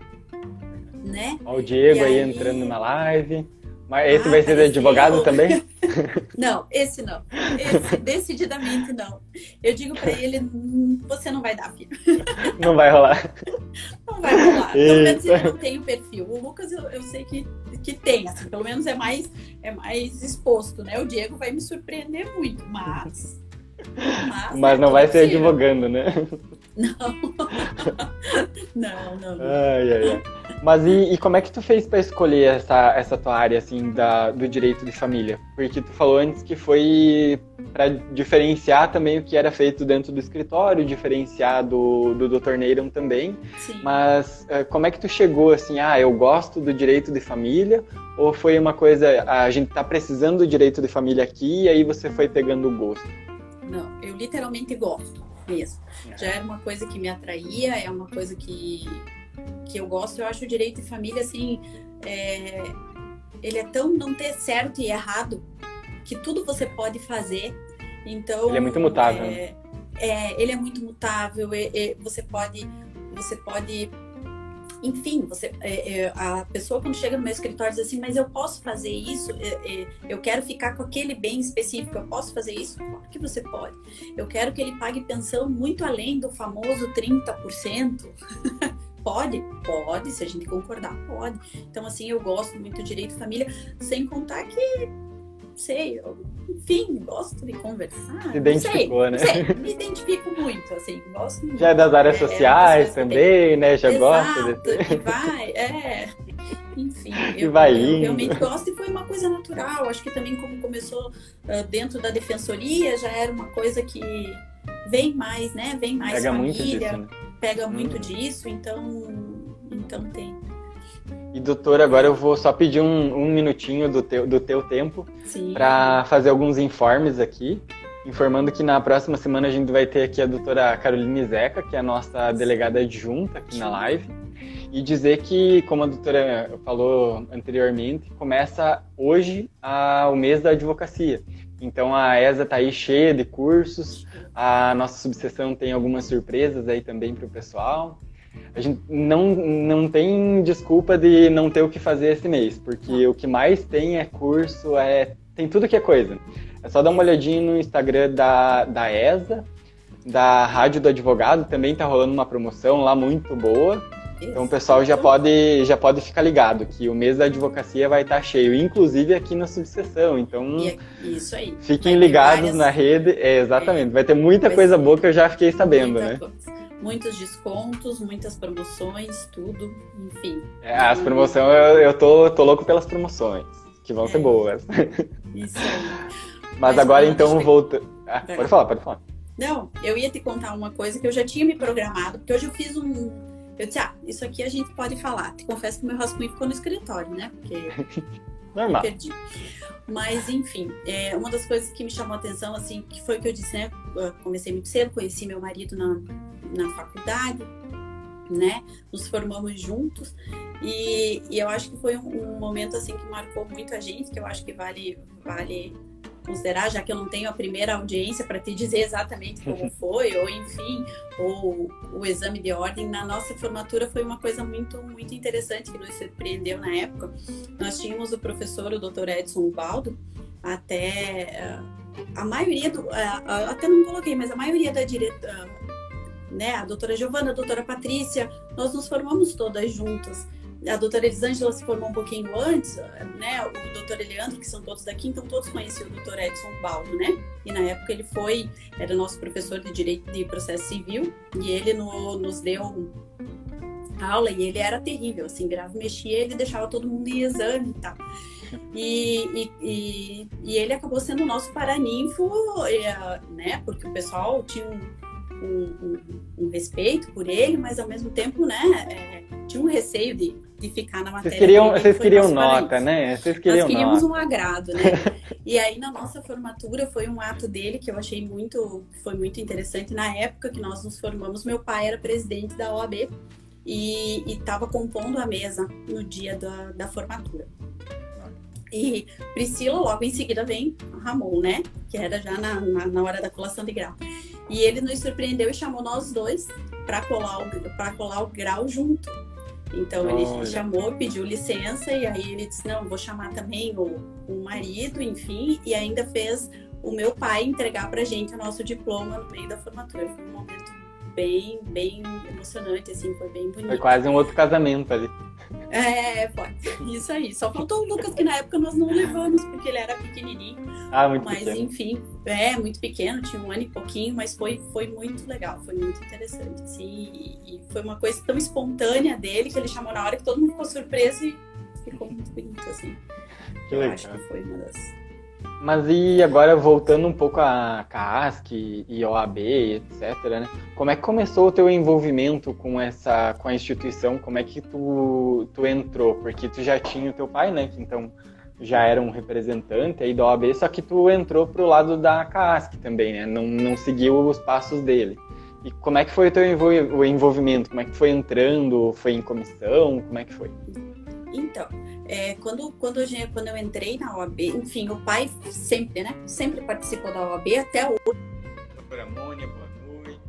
né? Ó, o Diego aí, aí entrando na live. Mas esse ah, vai ser de advogado eu... também? Não, esse não. Esse decididamente não. Eu digo para ele, você não vai dar, filho. Não vai rolar. Não vai rolar. Pelo menos ele não tem o perfil. O Lucas eu, eu sei que, que tem, assim, pelo menos é mais, é mais exposto, né? O Diego vai me surpreender muito, mas... Mas, mas não é vai ser possível. Advogando, né? Não. não, não. não. Ai, ai, ai. Mas e, e como é que tu fez para escolher essa, essa tua área, assim, da, do direito de família? Porque tu falou antes que foi para diferenciar também o que era feito dentro do escritório, diferenciar do, do doutor Neyron também. Sim. Mas como é que tu chegou, assim, ah, eu gosto do direito de família? Ou foi uma coisa, a gente tá precisando do direito de família aqui e aí você foi pegando o gosto? Não, eu literalmente gosto mesmo. Já era uma coisa que me atraía, é uma coisa que, que eu gosto. Eu acho o direito de família, assim, é, ele é tão não ter certo e errado, que tudo você pode fazer. Então, ele é muito mutável. É, né? é, ele é muito mutável, é, é, você pode... Você pode Enfim, você, é, é, a pessoa quando chega no meu escritório diz assim, mas eu posso fazer isso? É, é, eu quero ficar com aquele bem específico, eu posso fazer isso? Claro que você pode. Eu quero que ele pague pensão muito além do famoso trinta por cento. Pode? Pode, se a gente concordar, pode. Então, assim, eu gosto muito do direito de família, sem contar que, não sei, eu, enfim, gosto de conversar. Se identificou, sei, né? Sei, me identifico muito, assim, gosto muito. Já é das áreas é, sociais também, né? Já Exato, gosta de... e vai, é... Enfim, e eu, vai eu indo. realmente gosto e foi uma coisa natural. Acho que também como começou uh, dentro da defensoria, já era uma coisa que vem mais, né? Vem mais Pega família, muito disso, né? pega Hum. muito disso, então, então tem. E doutor, agora eu vou só pedir um, um minutinho do teu, do teu tempo para fazer alguns informes aqui, informando que na próxima semana a gente vai ter aqui a doutora Caroline Zeca, que é a nossa delegada adjunta aqui na live. E dizer que, como a doutora falou anteriormente, começa hoje a, o mês da advocacia. Então a E S A está aí cheia de cursos, a nossa subseção tem algumas surpresas aí também para o pessoal. A gente não, não tem desculpa de não ter o que fazer esse mês, porque o que mais tem é curso, é, tem tudo que é coisa. É só dar uma olhadinha no Instagram da, da E S A, da Rádio do Advogado, também está rolando uma promoção lá muito boa. Então o pessoal já pode, já pode ficar ligado que o mês da advocacia vai estar cheio, inclusive aqui na subseção. Então, isso aí. Fiquem ligados várias... na rede. É, exatamente. É. Vai ter muita vai coisa boa que eu já fiquei sabendo, né? Coisa. Muitos descontos, muitas promoções, tudo, enfim. É, as promoções, eu, eu tô, tô louco pelas promoções, que vão é. ser boas. Isso aí. Mas, Mas agora então que... volta. Ah, pode falar, pode falar. Não, eu ia te contar uma coisa que eu já tinha me programado, porque hoje eu fiz um. Eu disse, ah, isso aqui a gente pode falar. Te confesso que meu rascunho ficou no escritório, né? Porque normal. Eu perdi. Mas, enfim, é, uma das coisas que me chamou a atenção, assim, que foi o que eu disse, né? Eu comecei muito cedo, conheci meu marido na, na faculdade, né? Nos formamos juntos. E, e eu acho que foi um, um momento, assim, que marcou muito a gente, que eu acho que vale... vale considerar, já que eu não tenho a primeira audiência para te dizer exatamente como foi, ou enfim, ou o exame de ordem. Na nossa formatura foi uma coisa muito, muito interessante que nos surpreendeu na época. Nós tínhamos o professor, o doutor Edson Ubaldo, até a maioria, do, até não coloquei, mas a maioria da diretora, né, a doutora Giovana, a doutora Patrícia, nós nos formamos todas juntas. A doutora Elisângela se formou um pouquinho antes, né? O doutor Eleandro, que são todos daqui, então todos conheciam o doutor Edson Baldo, né? E na época ele foi, era nosso professor de Direito de Processo Civil, e ele no, nos deu aula, e ele era terrível, assim, grave mexia, ele deixava todo mundo em exame e tal. E, e, e, e ele acabou sendo o nosso paraninfo, né? Porque o pessoal tinha um, um, um, um respeito por ele, mas ao mesmo tempo, né? É, tinha um receio de, de ficar na matéria. Vocês queriam, vocês queriam nota, né? Vocês queriam Nós queríamos nota. um agrado, né? E aí, na nossa formatura, foi um ato dele que eu achei muito, foi muito interessante. Na época que nós nos formamos, meu pai era presidente da O A B e estava compondo a mesa no dia da, da formatura. E Priscila, logo em seguida, vem Ramon, né? Que era já na, na, na hora da colação de grau. E ele nos surpreendeu e chamou nós dois para colar, o, colar o grau junto. Então ele Olha. chamou, pediu licença e aí ele disse, não, vou chamar também o, o marido, enfim, e ainda fez o meu pai entregar pra gente o nosso diploma no meio da formatura. Foi um momento bem, bem emocionante, assim, foi bem bonito. Foi quase um outro casamento ali. É, foi. Isso aí. Só faltou o Lucas, que na época nós não levamos, porque ele era pequenininho. Ah, muito mas, pequeno. Mas, enfim, é, muito pequeno, tinha um ano e pouquinho, mas foi, foi muito legal, foi muito interessante, assim. E, e foi uma coisa tão espontânea dele, que ele chamou na hora que todo mundo ficou surpreso e ficou muito bonito, assim. Que Eu legal. acho que foi uma das... Mas e agora, voltando um pouco a C A S C e O A B, etcétera, né? Como é que começou o teu envolvimento com essa, com a instituição? Como é que tu, tu entrou? Porque tu já tinha o teu pai, né? Que então já era um representante aí da O A B, só que tu entrou pro lado da C A S C também, né? Não, não seguiu os passos dele. E como é que foi o teu envol- o envolvimento? Como é que tu foi entrando? Foi em comissão? Como é que foi? Então... É, quando, quando, eu, quando eu entrei na O A B, enfim, o pai sempre, né? Sempre participou da O A B até hoje. Doutora Mônia, boa noite.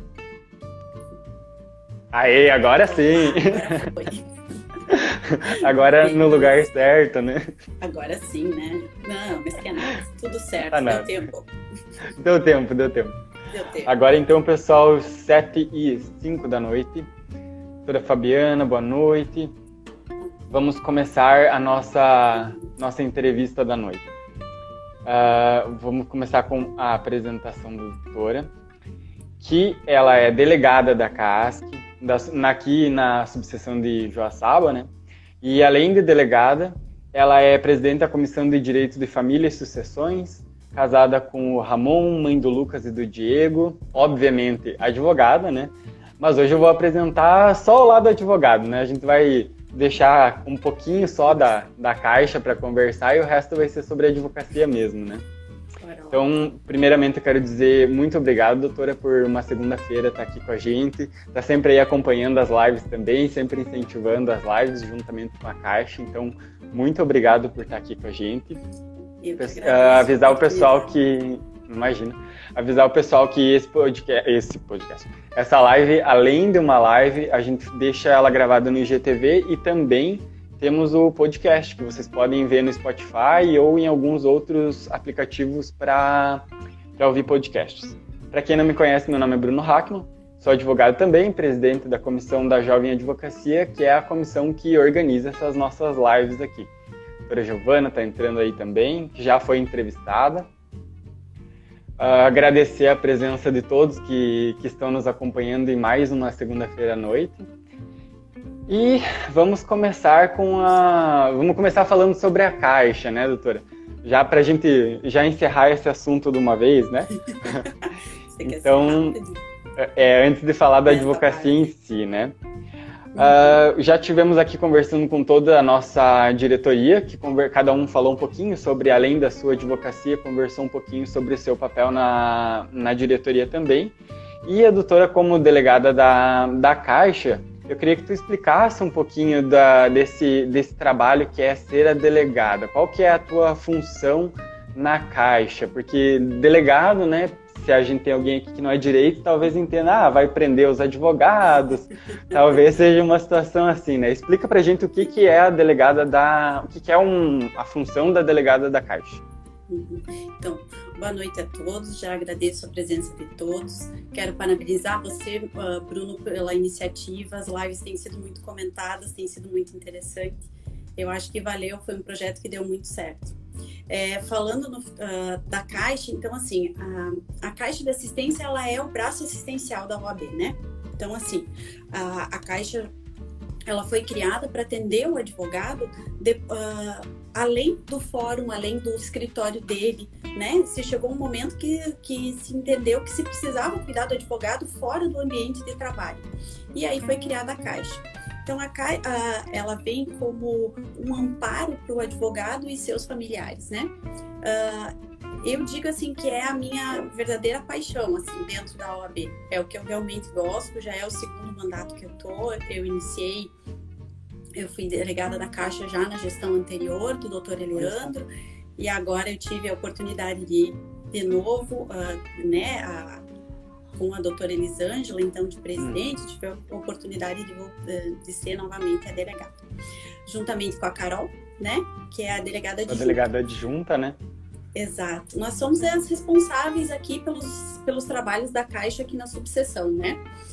Aê, agora sim! Agora foi. Agora no lugar certo, né? Agora sim, né? Não, mas que é nada. Tudo certo, tá deu nada. tempo. Deu tempo, deu tempo. Deu tempo. Agora então, pessoal, sete e cinco da noite. Doutora Fabiana, boa noite. Vamos começar a nossa, nossa entrevista da noite. Uh, vamos começar com a apresentação da doutora, que ela é delegada da C A S C, da, aqui na subseção de Joaçaba, né? E além de delegada, ela é presidente da Comissão de Direito de Família e Sucessões, casada com o Ramon, mãe do Lucas e do Diego, obviamente advogada, né? Mas hoje eu vou apresentar só o lado advogado, né? A gente vai deixar um pouquinho só da, da caixa para conversar e o resto vai ser sobre a advocacia mesmo, né? Então, primeiramente, eu quero dizer muito obrigado, doutora, por uma segunda-feira estar aqui com a gente. Está sempre aí acompanhando as lives também, sempre incentivando as lives juntamente com a Caixa. Então, muito obrigado por estar aqui com a gente. Uh, avisar o pessoal que... Imagina. Avisar o pessoal que esse podcast, esse podcast, essa live, além de uma live, a gente deixa ela gravada no I G T V e também temos o podcast, que vocês podem ver no Spotify ou em alguns outros aplicativos para ouvir podcasts. Para quem não me conhece, meu nome é Bruno Hackman, sou advogado também, presidente da Comissão da Jovem Advocacia, que é a comissão que organiza essas nossas lives aqui. A doutora Giovana está entrando aí também, que já foi entrevistada. Uh, agradecer a presença de todos que, que estão nos acompanhando em mais uma segunda-feira à noite. E vamos começar com a... Vamos começar falando sobre a Caixa, né, doutora? Já para a gente já encerrar esse assunto de uma vez, né? Então, é, antes de falar da advocacia em si, né? Uh, já tivemos aqui conversando com toda a nossa diretoria, que conver... cada um falou um pouquinho sobre, além da sua advocacia, conversou um pouquinho sobre o seu papel na, na diretoria também. E a doutora, como delegada da, da Caixa, eu queria que tu explicasse um pouquinho da, desse, desse trabalho que é ser a delegada. Qual que é a tua função na Caixa? Porque delegado, né? Se a gente tem alguém aqui que não é direito, talvez entenda, ah, vai prender os advogados, talvez seja uma situação assim, né? Explica pra gente o que, que é a delegada da... o que, que é um, a função da delegada da Caixa. Então, boa noite a todos, já agradeço a presença de todos, quero parabenizar você, Bruno, pela iniciativa, as lives têm sido muito comentadas, têm sido muito interessantes, eu acho que valeu, foi um projeto que deu muito certo. É, falando no, uh, da Caixa, então assim, a, a Caixa de Assistência, ela é o braço assistencial da O A B, né? Então assim, a, a Caixa, ela foi criada para atender o advogado de, uh, além do fórum, além do escritório dele, né? Se chegou um momento que, que se entendeu que se precisava cuidar do advogado fora do ambiente de trabalho. E aí foi criada a Caixa. Então, a, a, ela vem como um amparo para o advogado e seus familiares, né? Uh, eu digo assim que é a minha verdadeira paixão, assim, dentro da O A B. É o que eu realmente gosto, já é o segundo mandato que eu tô. Eu iniciei, eu fui delegada da Caixa já na gestão anterior, do doutor Eleandro, e agora eu tive a oportunidade de, de novo, uh, né, a, com a doutora Elisângela, então de presidente, tive a oportunidade de, de ser novamente a delegada. Juntamente com a Carol, né, que é a delegada adjunta. A delegada adjunta, né? Exato. Nós somos as responsáveis aqui pelos, pelos trabalhos da Caixa aqui na subseção, né?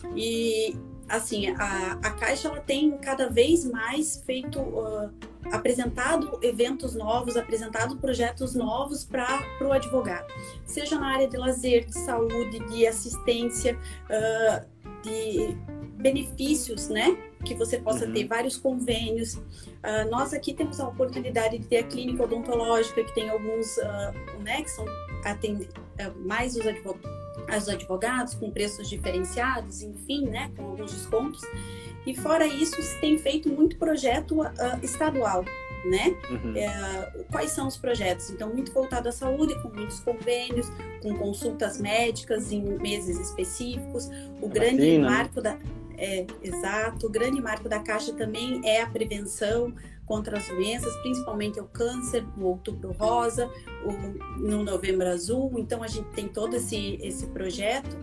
E, assim, a, a Caixa, ela tem cada vez mais feito... Uh, apresentado eventos novos, apresentado projetos novos para o advogado, seja na área de lazer, de saúde, de assistência, uh, de benefícios, né? Que você possa uhum. ter vários convênios. Uh, nós aqui temos a oportunidade de ter a clínica odontológica, que tem alguns, uh, né, que são atende, uh, mais os advogados, os advogados com preços diferenciados, enfim, né, com alguns descontos. E fora isso, se tem feito muito projeto uh, estadual, né? Uhum. Uh, quais são os projetos? Então, muito voltado à saúde, com muitos convênios, com consultas médicas em meses específicos. O a grande vacina, marco né? da... É, exato. O grande marco da Caixa também é a prevenção contra as doenças, principalmente o câncer, o Outubro Rosa, o, no Novembro Azul. Então, a gente tem todo esse, esse projeto.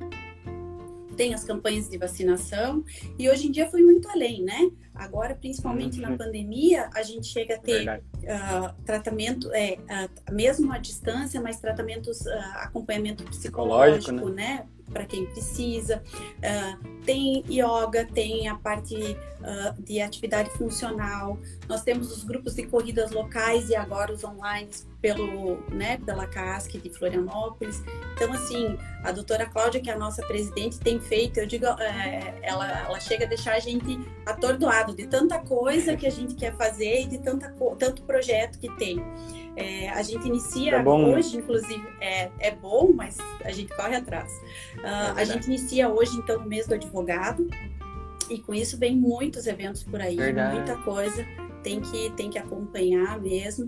Tem as campanhas de vacinação e hoje em dia foi muito além, né? Agora, principalmente uhum. na pandemia, a gente chega a ter uh, tratamento, é, uh, mesmo à distância, mas tratamentos, uh, acompanhamento psicológico, psicológico né? né? Para quem precisa. Uh, tem yoga, tem a parte uh, de atividade funcional. Nós temos os grupos de corridas locais e agora os online pelo, né, pela CASC de Florianópolis. Então, assim, a doutora Cláudia, que é a nossa presidente, tem feito, eu digo, é, ela, ela chega a deixar a gente atordoado de tanta coisa que a gente quer fazer e de tanta, tanto projeto que tem. É, a gente inicia é bom, hoje, né? Inclusive, é, é bom, mas a gente corre atrás. Uh, é a gente inicia hoje, então, o mês do advogado, e com isso vem muitos eventos por aí, verdade. Muita coisa, tem que, tem que acompanhar mesmo.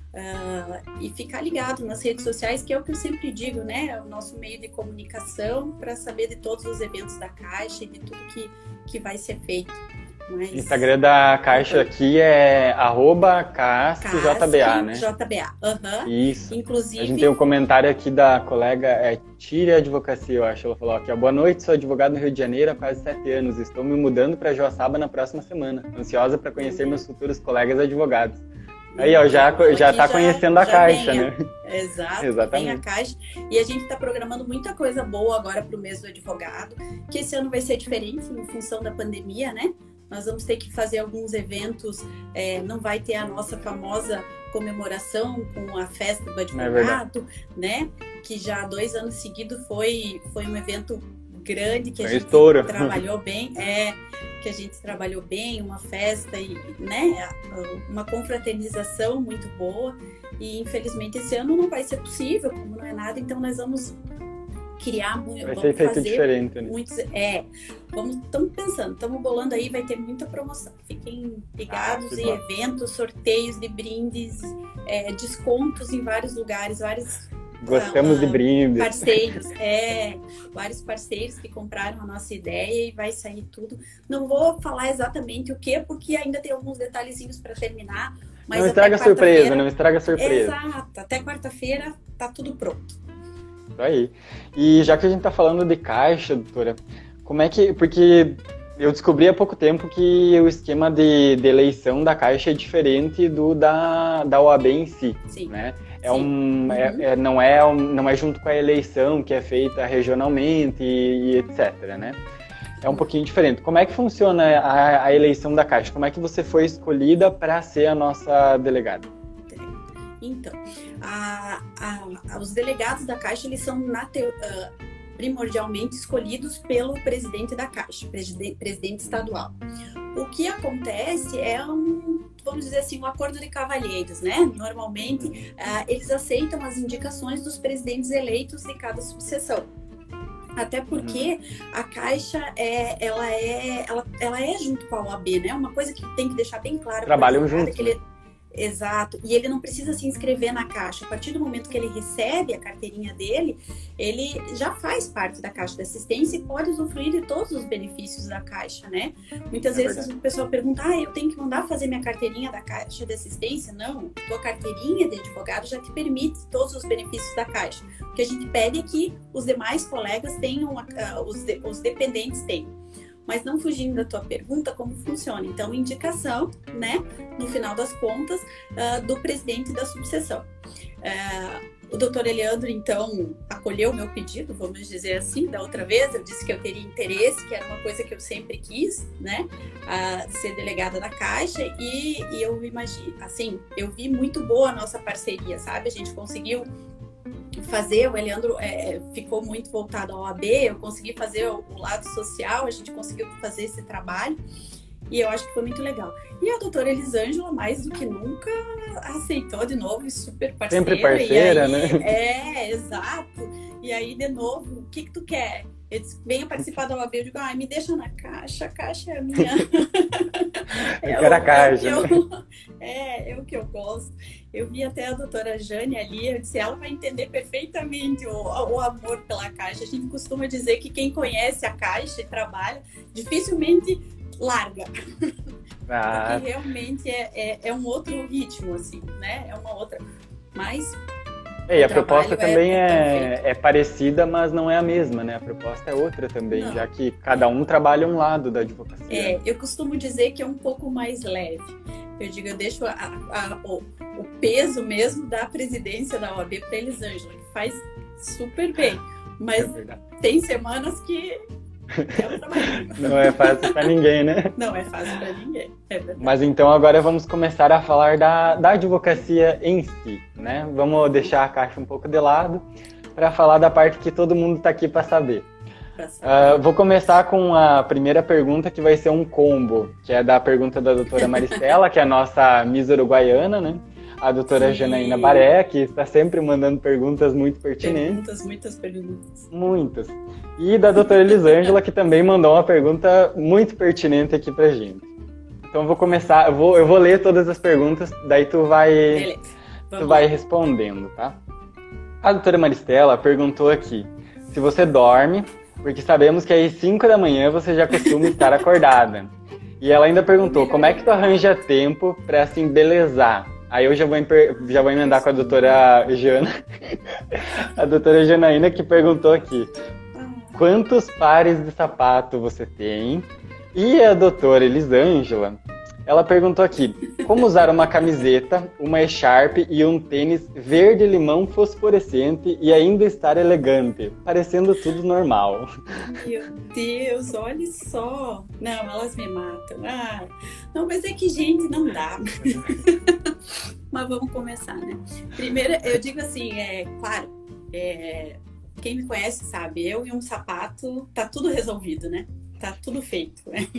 uh, e ficar ligado nas redes sociais, que é o que eu sempre digo, né? É o nosso meio de comunicação para saber de todos os eventos da Caixa e de tudo que, que vai ser feito. Mas... Instagram da Caixa aqui é arroba cascjba, né? J B A, aham. Uhum. Isso. Inclusive... A gente tem um comentário aqui da colega é, Tire Advocacia, eu acho. Ela falou aqui, ó, boa noite, sou advogada no Rio de Janeiro há quase sete anos. Estou me mudando para Joaçaba na próxima semana. Ansiosa para conhecer meus futuros colegas advogados. Aí, ó, já, já tá conhecendo a Caixa, venha. né? Exato, Exatamente. Tem a Caixa. E a gente está programando muita coisa boa agora para o mês do advogado, que esse ano vai ser diferente em função da pandemia, né? Nós vamos ter que fazer alguns eventos, é, não vai ter a nossa famosa comemoração com a festa do advogado, é né? Que já há dois anos seguidos foi, foi um evento grande, que a gente estouro. trabalhou bem, é, que a gente trabalhou bem, uma festa e, né, uma confraternização muito boa, e infelizmente esse ano não vai ser possível, como não é nada, então nós vamos criar muito, vai vamos ser feito fazer diferente, né? muitos, é, vamos, estamos pensando, estamos bolando aí, vai ter muita promoção, fiquem ligados, ah, e eventos, sorteios de brindes, é, descontos em vários lugares, vários Gostamos uh, de brindes. Parceiros, é, vários parceiros que compraram a nossa ideia e vai sair tudo. Não vou falar exatamente o que, porque ainda tem alguns detalhezinhos para terminar. Mas não estraga a surpresa, não estraga a surpresa. Exato, até quarta-feira tá tudo pronto. Isso aí. E já que a gente tá falando de Caixa, doutora, como é que... Porque eu descobri há pouco tempo que o esquema de, de eleição da Caixa é diferente do da, da O A B em si, Sim. né? É um, é, é, não, é um, não é junto com a eleição que é feita regionalmente e, e etcétera, né? É um pouquinho diferente. Como é que funciona a, a eleição da Caixa? Como é que você foi escolhida para ser a nossa delegada? Então, a, a, os delegados da Caixa, eles são na te, uh, primordialmente escolhidos pelo presidente da Caixa, presidente, presidente estadual. O que acontece é um, vamos dizer assim, um acordo de cavalheiros, né? Normalmente, uh, eles aceitam as indicações dos presidentes eleitos de cada subseção. Até porque a Caixa, é, ela, é, ela, ela é junto com a O A B, né? Uma coisa que tem que deixar bem claro. Trabalham juntos. Que ele... Exato. E ele não precisa se inscrever na Caixa. A partir do momento que ele recebe a carteirinha dele, ele já faz parte da Caixa de Assistência e pode usufruir de todos os benefícios da Caixa, né? Muitas é vezes verdade. O pessoal pergunta, ah, eu tenho que mandar fazer minha carteirinha da Caixa de Assistência? Não, tua carteirinha de advogado já te permite todos os benefícios da Caixa. O que a gente pede é que os demais colegas tenham, uh, os, de, os dependentes tenham. Mas não fugindo da tua pergunta, como funciona? Então, indicação, né, no final das contas, uh, do presidente da subseção. Uh, o doutor Eliandro, então, acolheu o meu pedido, vamos dizer assim, da outra vez. Eu disse que eu teria interesse, que era uma coisa que eu sempre quis, né, uh, ser delegada da Caixa. E, e eu imagino, assim, eu vi muito boa a nossa parceria, sabe? A gente conseguiu fazer, o Eliandro é, ficou muito voltado ao O A B, eu consegui fazer o, o lado social, a gente conseguiu fazer esse trabalho e eu acho que foi muito legal. E a doutora Elisângela, mais do que nunca, aceitou de novo e super parceira. Sempre parceira, aí, né? É, exato. E aí, de novo, o que que tu quer? Eu disse, venha participar da O A B, eu digo, ai, me deixa na Caixa, a Caixa é a minha... eu quero a Caixa. É, eu, é, é o que eu gosto. Eu vi até a doutora Jane ali, eu disse, ela vai entender perfeitamente o, o amor pela Caixa. A gente costuma dizer que quem conhece a Caixa e trabalha, dificilmente larga. Ah. Porque realmente é, é, é um outro ritmo, assim, né? É uma outra... Mas... É, e a proposta também é, é, é parecida, mas não é a mesma, né? A proposta é outra também, não. Já que cada um trabalha um lado da advocacia. É, eu costumo dizer que é um pouco mais leve. Eu digo, eu deixo a, a, o, o peso mesmo da presidência da O A B para a Elisângela, que faz super bem. Mas é tem semanas que é um trabalho. Não é fácil para ninguém, né? Não é fácil para ninguém, é verdade. Mas então agora vamos começar a falar da, da advocacia em si, né? Vamos deixar a Caixa um pouco de lado para falar da parte que todo mundo está aqui para saber. Uh, vou começar com a primeira pergunta, que vai ser um combo, que é da pergunta da doutora Maristela, que é a nossa Miss Uruguaiana, né? A doutora Sim. Janaína Baré, que está sempre mandando perguntas muito pertinentes. Perguntas, muitas perguntas. Muitas. E da doutora Elisângela, que também mandou uma pergunta muito pertinente aqui pra gente. Então eu vou começar, eu vou, eu vou ler todas as perguntas, daí tu vai, tu vai respondendo, tá? A doutora Maristela perguntou aqui se você dorme, porque sabemos que às cinco da manhã você já costuma estar acordada. E ela ainda perguntou como é que tu arranja tempo pra se embelezar. Aí eu já vou, já vou emendar com a doutora Jana, a doutora Janaína, que perguntou aqui quantos pares de sapato você tem. E a doutora Elisângela, ela perguntou aqui como usar uma camiseta, uma echarpe e um tênis verde-limão fosforescente e ainda estar elegante, parecendo tudo normal. Meu Deus, olha só. Não, elas me matam. Ah, não, mas é que, gente, não dá. Mas vamos começar, né? Primeiro, eu digo assim, é claro, é, quem me conhece sabe, eu e um sapato, tá tudo resolvido, né? Tá tudo feito, né?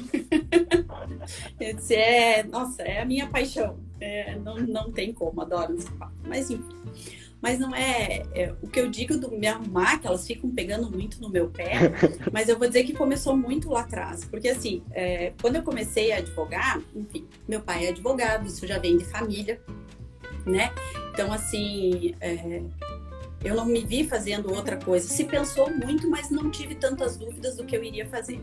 Eu disse, é, nossa, é a minha paixão. É, não, não tem como, adoro um sapato. Mas enfim. Mas não é, é o que eu digo do me arrumar, que elas ficam pegando muito no meu pé, mas eu vou dizer que começou muito lá atrás. Porque assim, é, quando eu comecei a advogar, enfim, meu pai é advogado, isso já vem de família, né? Então assim, é, eu não me vi fazendo outra coisa. Se pensou muito, mas não tive tantas dúvidas do que eu iria fazer.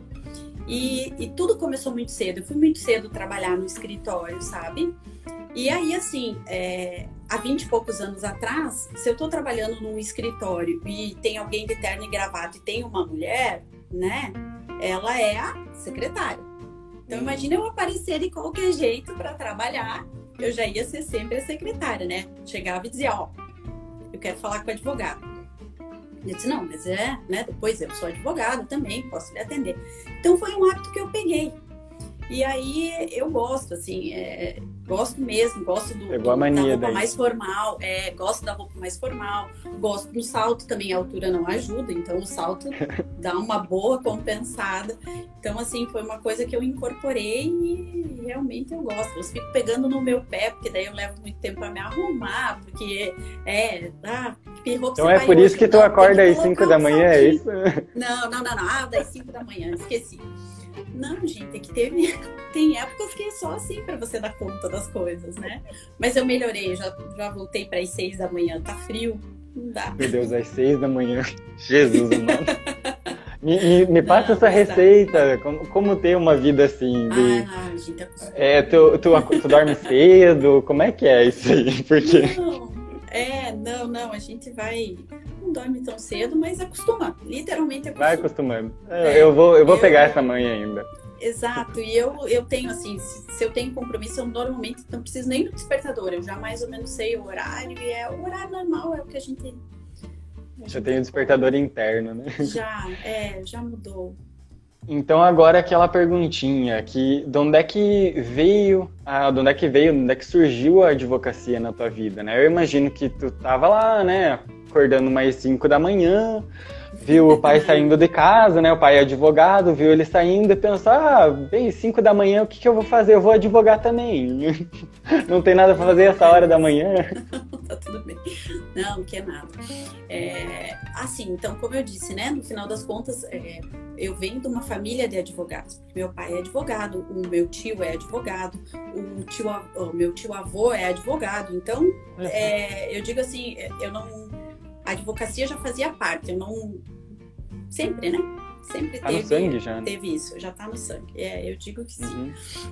E, e tudo começou muito cedo. Eu fui muito cedo trabalhar no escritório, sabe? E aí, assim, é, há vinte e poucos anos atrás, se eu estou trabalhando num escritório e tem alguém de terno e gravata e tem uma mulher, né? Ela é a secretária. Então, imagina eu aparecer de qualquer jeito para trabalhar. Eu já ia ser sempre a secretária, né? Chegava e dizia, ó, eu quero falar com o advogado. Eu disse, não, mas é, né? Depois eu sou advogada também, posso lhe atender. Então foi um hábito que eu peguei. E aí eu gosto, assim, é, gosto mesmo, gosto do, do, a mania da roupa daí. mais formal, é, gosto da roupa mais formal, gosto do salto também, a altura não ajuda, então o salto dá uma boa compensada. Então, assim, foi uma coisa que eu incorporei e realmente eu gosto. Eu fico pegando no meu pé, porque daí eu levo muito tempo pra me arrumar, porque é, ah, que roupa então você é vai por isso hoje? que tu Não, acorda tem às que cinco colocar da um manhã, é saltinho. isso? Não, não, não, não, ah, das cinco da manhã, esqueci. Não, gente, é que teve, tem épocas que é só assim pra você dar conta das coisas, né? Mas eu melhorei, já, já voltei para as seis da manhã, tá frio, não dá. Meu Deus, às seis da manhã. Jesus, amado. Me, me, me passa Não, essa não receita, como, como ter uma vida assim, de... Ah, gente, acostuma. É, tu, tu, tu dorme cedo, como é que é isso aí? Porque... Não, é, não, não, a gente vai, não dorme tão cedo, mas acostuma, literalmente acostuma. Vai acostumando. É, eu vou, eu vou eu- pegar essa manhã ainda. Exato, e eu, eu tenho assim, se, se eu tenho compromisso, eu normalmente não preciso nem do despertador, eu já mais ou menos sei o horário, e é o horário normal, é o que a gente... a Já gente tem o despertador interno, né? Já, é, já mudou. Então agora aquela perguntinha que de onde é que veio, a, de onde é que veio, de onde é que surgiu a advocacia na tua vida, né? Eu imagino que tu tava lá, né, acordando mais cinco da manhã, viu o pai saindo de casa, né? O pai é advogado, viu ele saindo e pensou, ah, bem, cinco da manhã, o que que eu vou fazer? Eu vou advogar também. Não tem nada pra fazer essa hora da manhã. Tá tudo bem. Não, não quer nada. É, assim, então, como eu disse, né? No final das contas, é, eu venho de uma família de advogados. Meu pai é advogado, o meu tio é advogado, o, tio, o meu tio avô é advogado. Então, é, eu digo assim, eu não... A advocacia já fazia parte, eu não... Sempre, né? Sempre Tá teve, no sangue já, né? teve isso, já tá no sangue. É, eu digo que sim. Uhum.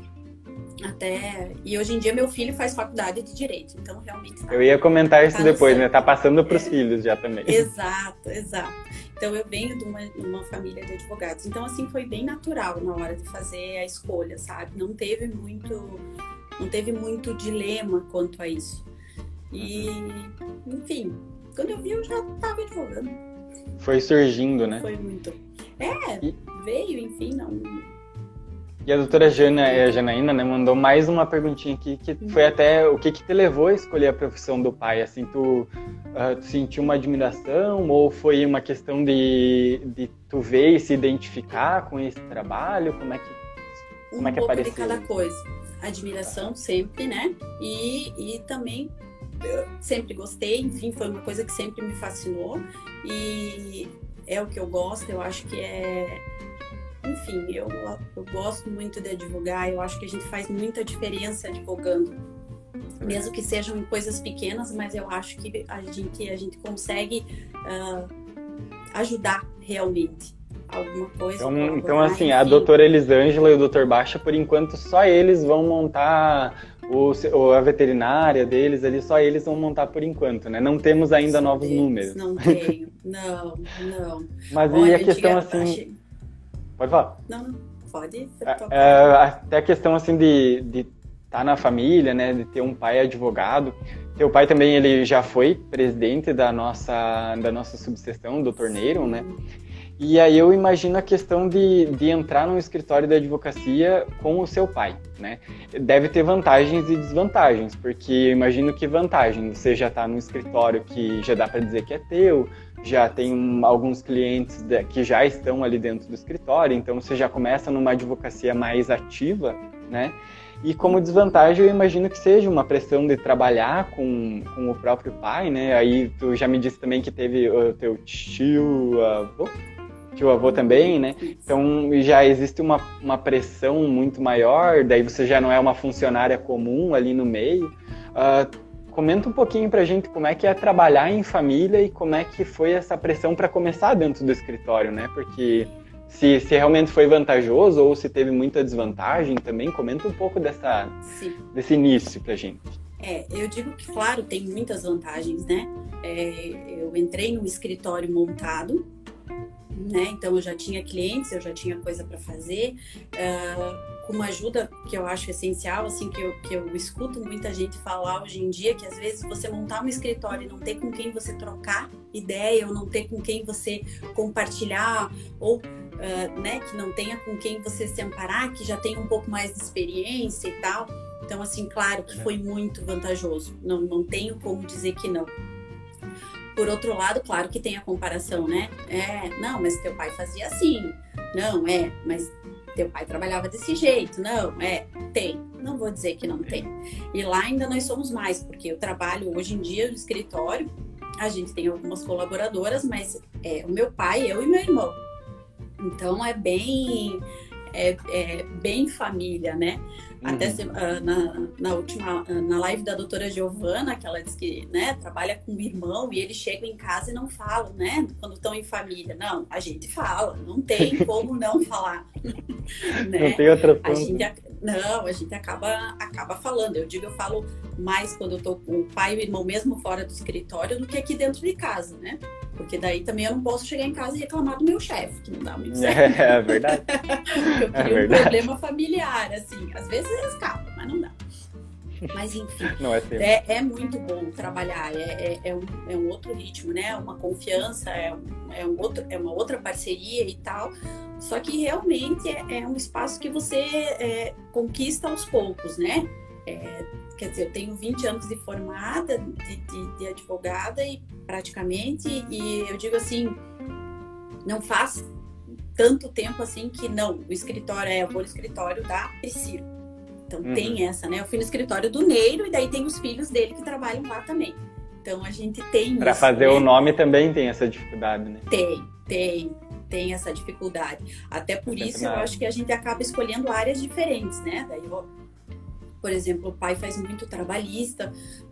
Até... E hoje em dia meu filho faz faculdade de Direito, então realmente... Tá... Eu ia comentar isso Tá no depois, sangue. né? Tá passando pros É. filhos já também. Exato, exato. Então eu venho de uma, uma família de advogados. Então assim foi bem natural na hora de fazer a escolha, sabe? Não teve muito, não teve muito dilema quanto a isso. E, enfim, quando eu vi eu já estava advogando. Foi surgindo, né? Foi muito. É, E- veio, enfim, não. E a doutora Jana, a Janaína, né, mandou mais uma perguntinha aqui, que foi até o que, que te levou a escolher a profissão do pai? Assim, tu, ah, tu sentiu uma admiração ou foi uma questão de, de tu ver e se identificar com esse trabalho? Como é que, Um como é que pouco apareceu? de cada coisa. Admiração sempre, né? E, e também eu sempre gostei, enfim, foi uma coisa que sempre me fascinou e é o que eu gosto, eu acho que é... Enfim, eu, eu gosto muito de advogar, eu acho que a gente faz muita diferença advogando. mesmo que sejam coisas pequenas, mas eu acho que a gente, a gente consegue uh, ajudar realmente alguma coisa. Então, então assim, a doutora Elisângela e o doutor Baixa, por enquanto, só eles vão montar o, a veterinária deles ali, só eles vão montar por enquanto, né? Não temos ainda só novos deles, números. Não tenho, não, não. Mas Olha, e a questão assim... Achei... Pode falar. Não, não, pode. É, é, até a questão assim de... de tá na família, né, de ter um pai advogado. Teu pai também, ele já foi presidente da nossa, da nossa subseção, do Torneiro, né? E aí eu imagino a questão de, de entrar num escritório de advocacia com o seu pai, né? Deve ter vantagens e desvantagens, porque eu imagino que vantagem, você já tá num escritório que já dá para dizer que é teu, já tem um, alguns clientes de, que já estão ali dentro do escritório, então você já começa numa advocacia mais ativa, né? E como desvantagem, eu imagino que seja uma pressão de trabalhar com, com o próprio pai, né? Aí tu já me disse também que teve o teu tio-avô, tio-avô também, né? Então já existe uma, uma pressão muito maior, daí você já não é uma funcionária comum ali no meio. Uh, comenta um pouquinho pra gente como é que é trabalhar em família e como é que foi essa pressão para começar dentro do escritório, né? Porque... Se, se realmente foi vantajoso ou se teve muita desvantagem também, comenta um pouco dessa, desse início pra gente. É, eu digo que, claro, tem muitas vantagens, né? É, eu entrei num escritório montado, né? Então eu já tinha clientes, eu já tinha coisa para fazer, uh, com uma ajuda que eu acho essencial, assim, que eu, que eu escuto muita gente falar hoje em dia, que às vezes você montar um escritório e não ter com quem você trocar ideia, ou não ter com quem você compartilhar, ou Uh, né, que não tenha com quem você se amparar, que já tem um pouco mais de experiência e tal. Então, assim, claro que foi muito vantajoso. Não, não tenho como dizer que não. Por outro lado, claro que tem a comparação, né? É, não, mas teu pai fazia assim. Não, é, mas teu pai trabalhava desse jeito. Não, é, tem. Não vou dizer que não tem. E lá ainda nós somos mais, porque eu trabalho hoje em dia no escritório, a gente tem algumas colaboradoras, mas é o meu pai, eu e meu irmão. Então é bem, é, é bem família, né? Uhum. Até se, uh, na, na última, uh, na live da doutora Giovana, que ela diz que, né, trabalha com o irmão e eles chegam em casa e não falam, né? Quando estão em família. Não, a gente fala, não tem como não falar. Né? Não tem outra a gente, Não, a gente acaba, acaba falando. Eu digo, eu falo mais quando eu tô com o pai e o irmão mesmo fora do escritório do que aqui dentro de casa, né? Porque daí também eu não posso chegar em casa e reclamar do meu chefe, que não dá muito certo. É, é verdade. Eu queria é verdade. um problema familiar, assim. Às vezes escapa, mas não dá. Mas enfim, não é, é, é muito bom trabalhar, é, é, é, um, é um outro ritmo, né? Uma confiança, é, um, é, um outro, é uma outra parceria e tal. Só que realmente é, é um espaço que você é, conquista aos poucos, né? É, quer dizer, eu tenho vinte anos de formada, de, de, de advogada e praticamente, e eu digo assim, não faz tanto tempo assim que não, o escritório é, eu vou no escritório da Priscila. Então uhum. tem essa, né? Eu fui no escritório do Neiro e daí tem os filhos dele que trabalham lá também. Então a gente tem Para fazer né? o nome também tem essa dificuldade, né? Tem, tem, tem essa dificuldade. Até por Sempre isso eu acho que a gente acaba escolhendo áreas diferentes, né? Daí eu, por exemplo, o pai faz muito trabalhista,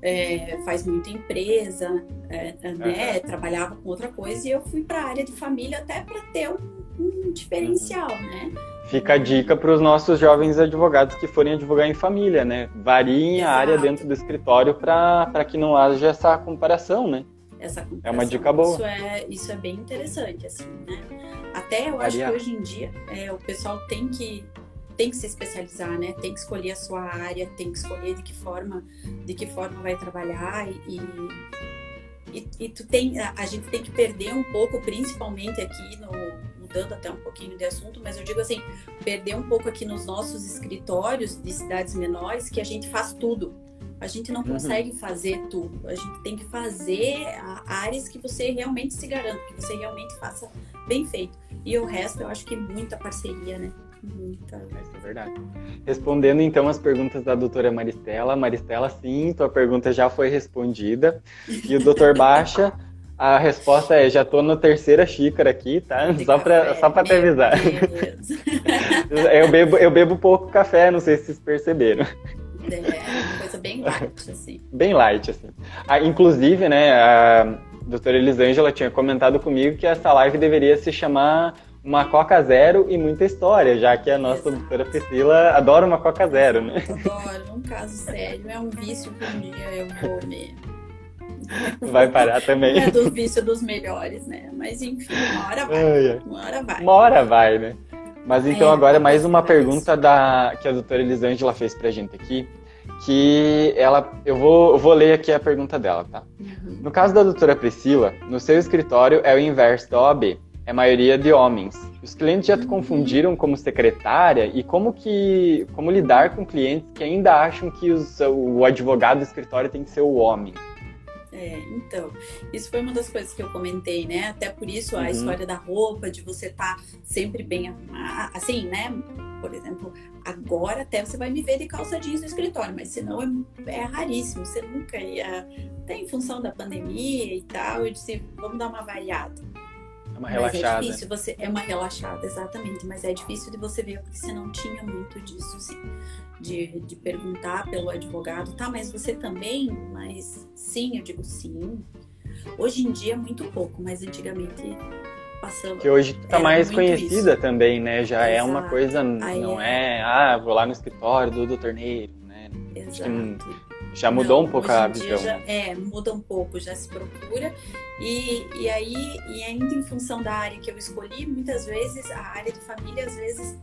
é, faz muita empresa, é, né? Uhum. Trabalhava com outra coisa e eu fui para a área de família até para ter um, um diferencial, uhum. né? Fica a dica para os nossos jovens advogados que forem advogar em família, né? Variem Exato. a área dentro do escritório para que não haja essa comparação, né? Essa comparação. É uma dica boa. Isso é, isso é bem interessante, assim, né? Até eu acho Variar. que hoje em dia é, o pessoal tem que, tem que se especializar, né? Tem que escolher a sua área, tem que escolher de que forma, de que forma vai trabalhar e... E, e tu tem, a, a gente tem que perder um pouco, principalmente aqui no... mudando até um pouquinho de assunto, mas eu digo assim, perder um pouco aqui nos nossos escritórios de cidades menores, que a gente faz tudo. A gente não consegue uhum. fazer tudo. A gente tem que fazer áreas que você realmente se garanta, que você realmente faça bem feito. E o resto, eu acho que muita parceria, né? Muita. Isso é verdade. Respondendo então as perguntas da doutora Maristela. Maristela, sim, tua pergunta já foi respondida. E o doutor Baixa... A resposta é, já tô na terceira xícara aqui, tá? De só para só para te avisar. eu, bebo, eu bebo pouco café, não sei se vocês perceberam. É, coisa bem light, assim. Bem light, assim. Ah, inclusive, né, a doutora Elisângela tinha comentado comigo que essa live deveria se chamar Uma Coca Zero e Muita História, já que a nossa Exato. doutora Priscila adora uma Coca Zero, né? Adoro, um caso sério, é um vício que um dia eu vou me... Vai parar também. Não é do vício dos melhores, né? Mas enfim, uma hora vai. Ai, ai. Uma hora vai. Uma hora vai, né? Mas então é, agora mais uma pergunta da, que a doutora Elisângela fez pra gente aqui, que ela, eu vou, eu vou ler aqui a pergunta dela, tá? Uhum. No caso da doutora Priscila, no seu escritório é o inverso da O A B, é maioria de homens. Os clientes já te uhum. confundiram como secretária e como, que, como lidar com clientes que ainda acham que os, o advogado do escritório tem que ser o homem? É, então, isso foi uma das coisas que eu comentei, né? Até por isso a uhum. história da roupa, de você estar tá sempre bem arrumada, assim, né? Por exemplo, agora até você vai me ver de calça jeans no escritório, mas senão é, é raríssimo, você nunca ia... Até em função da pandemia e tal, eu disse, vamos dar uma variada. É uma relaxada. Mas é difícil você... É uma relaxada, exatamente, mas é difícil de você ver, porque você não tinha muito disso, sim. De, de perguntar pelo advogado, tá, mas você também? Mas sim, eu digo sim. Hoje em dia, muito pouco, mas antigamente passamos. Que hoje tá mais conhecida isso. também, né? Já Exato. é uma coisa, Aí não é... é, ah, vou lá no escritório do doutor Neiro, né? Exato. Já mudou não, um pouco a visão. Já, é, muda um pouco, já se procura. E, e aí, e ainda em função da área que eu escolhi, muitas vezes, a área de família, às vezes,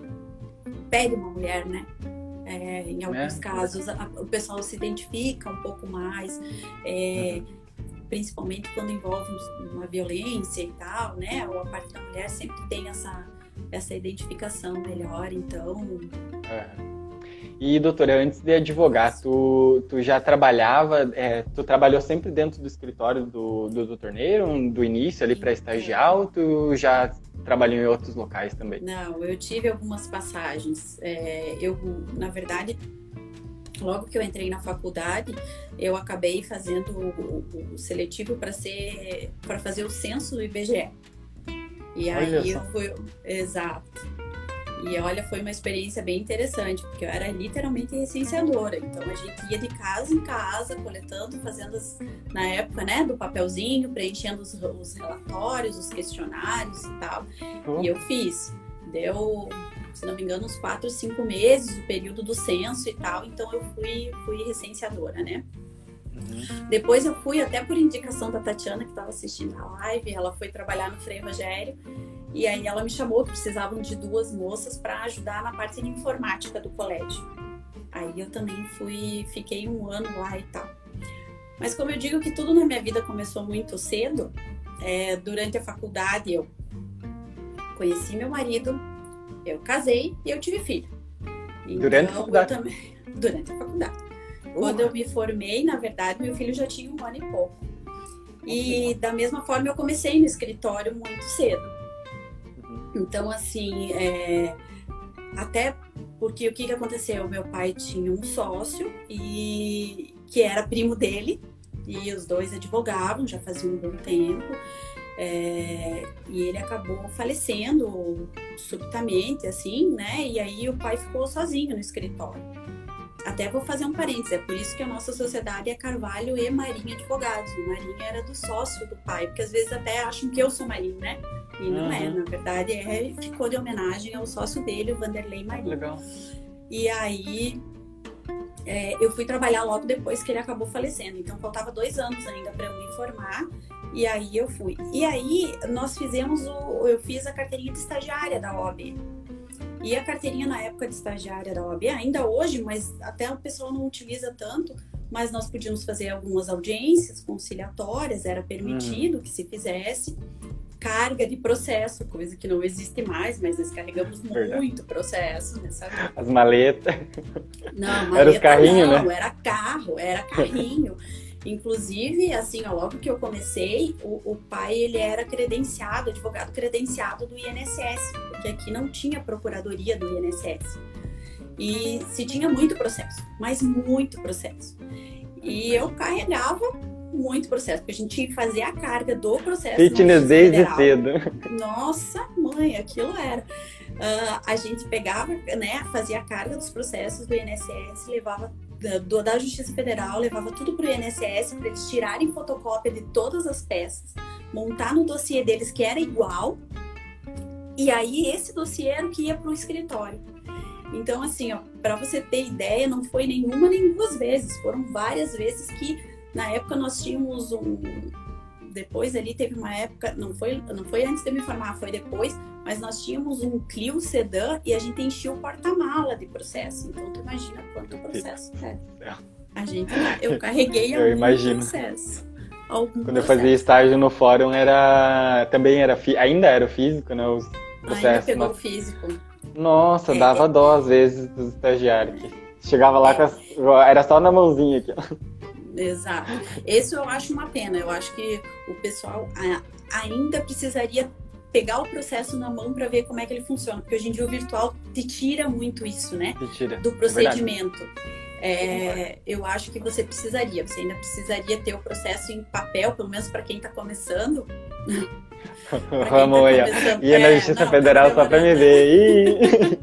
pede uma mulher, né? É, em alguns é. casos a, o pessoal se identifica um pouco mais, é, uhum. principalmente quando envolve uma violência e tal, né? Ou a parte da mulher sempre tem essa, essa identificação melhor, então... É. E, doutora, antes de advogar, tu, tu já trabalhava, é, tu trabalhou sempre dentro do escritório do, do doutor Neiro, do início ali para estagiar, ou tu já trabalhou em outros locais também? Não, eu tive algumas passagens. É, eu, na verdade, logo que eu entrei na faculdade, eu acabei fazendo o, o, o seletivo para ser, para fazer o censo do I B G E. E aí eu fui... Exato. E olha, foi uma experiência bem interessante, porque eu era literalmente recenseadora. Então a gente ia de casa em casa, coletando, fazendo, as, na época, né, do papelzinho, preenchendo os, os relatórios, os questionários e tal. Uhum. E eu fiz. Deu, se não me engano, uns quatro, cinco meses, o período do censo e tal. Então eu fui, fui recenseadora, né? Uhum. Depois eu fui, até por indicação da Tatiana, que estava assistindo a live, ela foi trabalhar no Frei Rogério. E aí ela me chamou, que precisavam de duas moças para ajudar na parte de informática do colégio. Aí eu também fui, fiquei um ano lá e tal. Mas como eu digo que tudo na minha vida começou muito cedo, é, durante a faculdade eu conheci meu marido, eu casei e eu tive filho. Então, durante a faculdade? Eu também, durante a faculdade. Uh. Quando eu me formei, na verdade, meu filho já tinha um ano e pouco. E da mesma forma eu comecei no escritório muito cedo. Então, assim, é, até porque o que, que aconteceu? Meu pai tinha um sócio e, que era primo dele, e os dois advogavam, já fazia um bom tempo, é, e ele acabou falecendo subitamente, assim, né? E aí o pai ficou sozinho no escritório. Até vou fazer um parênteses, é por isso que a nossa sociedade é Carvalho e Marinho Advogados. O Marinho era do sócio do pai, porque às vezes até acham que eu sou Marinho, né? E não uhum. é, na verdade é, ficou de homenagem ao sócio dele, o Vanderlei Marinho. Legal. E aí é, eu fui trabalhar logo depois que ele acabou falecendo, então faltava dois anos ainda para eu me formar, e aí eu fui. E aí nós fizemos, o, eu fiz a carteirinha de estagiária da O A B. E a carteirinha na época de estagiária da O A B, ainda hoje, mas até o pessoal não utiliza tanto, mas nós podíamos fazer algumas audiências conciliatórias, era permitido uhum. que se fizesse. Carga de processo, coisa que não existe mais, mas nós carregamos Verdade. muito processo nessa época. As maletas. Não, maleta era os carrinhos, não, né? Era carro, era carrinho. Inclusive, assim, ó, logo que eu comecei, o, o pai, ele era credenciado, advogado credenciado do I N S S, porque aqui não tinha procuradoria do I N S S. E se tinha muito processo, mas muito processo. E eu carregava muito processo, porque a gente tinha que fazer a carga do processo. Fitness desde cedo. Nossa, mãe, aquilo era. Uh, a gente pegava, né, fazia a carga dos processos do I N S S, levava da, do, da Justiça Federal, levava tudo para o I N S S para eles tirarem fotocópia de todas as peças, montar no dossiê deles que era igual, e aí esse dossiê era o que ia para o escritório. Então, assim, para você ter ideia, não foi nenhuma nem duas vezes, foram várias vezes que, na época, nós tínhamos um... Depois ali teve uma época, não foi, não foi antes de eu me formar, foi depois, mas nós tínhamos um Clio sedã e a gente enchia o porta-mala de processo. Então, tu imagina quanto processo é. A gente, eu carreguei eu algum imagino. processo. Algum Quando processo. eu fazia estágio no fórum, era também era, ainda era o físico, né? Os processos. Ainda pegou mas... o físico. Nossa, É, dava é. dó às vezes dos estagiários. Chegava lá, É. com as... era só na mãozinha aqui. Exato. Esse eu acho uma pena. Eu acho que o pessoal ainda precisaria pegar o processo na mão para ver como é que ele funciona. Porque hoje em dia o virtual te tira muito isso, né? Te tira. Do procedimento. É, eu acho que você precisaria. Você ainda precisaria ter o processo em papel, pelo menos para quem está começando. Vamos tá aí, ó. Ia é, na Justiça não, Federal tá só para me ver.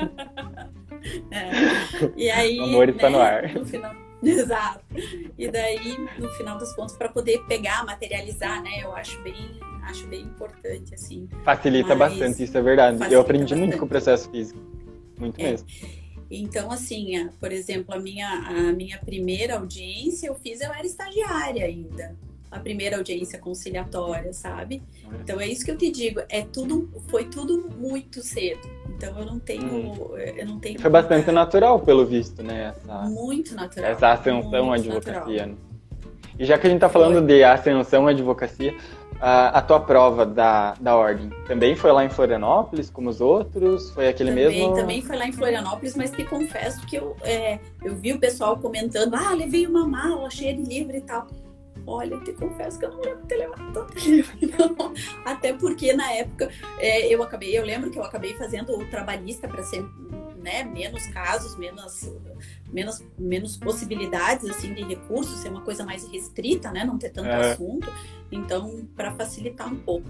É. E aí, o amor está né, no ar. No final... Exato. E daí, no final dos contos, para poder pegar, materializar, né? Eu acho bem, acho bem importante, assim. Facilita Mas... bastante, isso é verdade. Eu aprendi bastante. Muito com o processo físico. Muito é. mesmo. Então, assim, por exemplo, a minha, a minha primeira audiência eu fiz, eu era estagiária ainda. A primeira audiência conciliatória, sabe? Então é isso que eu te digo, é tudo, foi tudo muito cedo. Então eu não tenho, hum. eu não tenho. Foi bastante muita... natural, pelo visto, né? Essa, muito natural. Essa ascensão à advocacia. Né? E já que a gente está falando foi. de ascensão à advocacia, a, a tua prova da, da ordem também foi lá em Florianópolis, como os outros? Foi aquele também, mesmo? Também foi lá em Florianópolis, mas te confesso que eu, é, eu vi o pessoal comentando, ah, levei uma mala cheia de livro e tal. Olha, eu te confesso que eu não lembro de ter levado tanto livro, não. Até porque na época é, eu acabei, eu lembro que eu acabei fazendo o trabalhista para ser, né, menos casos, menos, menos, menos possibilidades assim de recursos, ser uma coisa mais restrita, né, não ter tanto é. assunto. Então, para facilitar um pouco.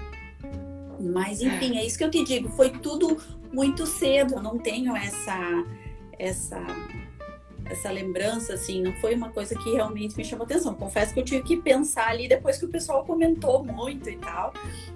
Mas enfim, é isso que eu te digo. Foi tudo muito cedo. Eu não tenho essa essa essa lembrança, assim, não foi uma coisa que realmente me chamou atenção. Confesso que eu tive que pensar ali depois que o pessoal comentou muito e tal.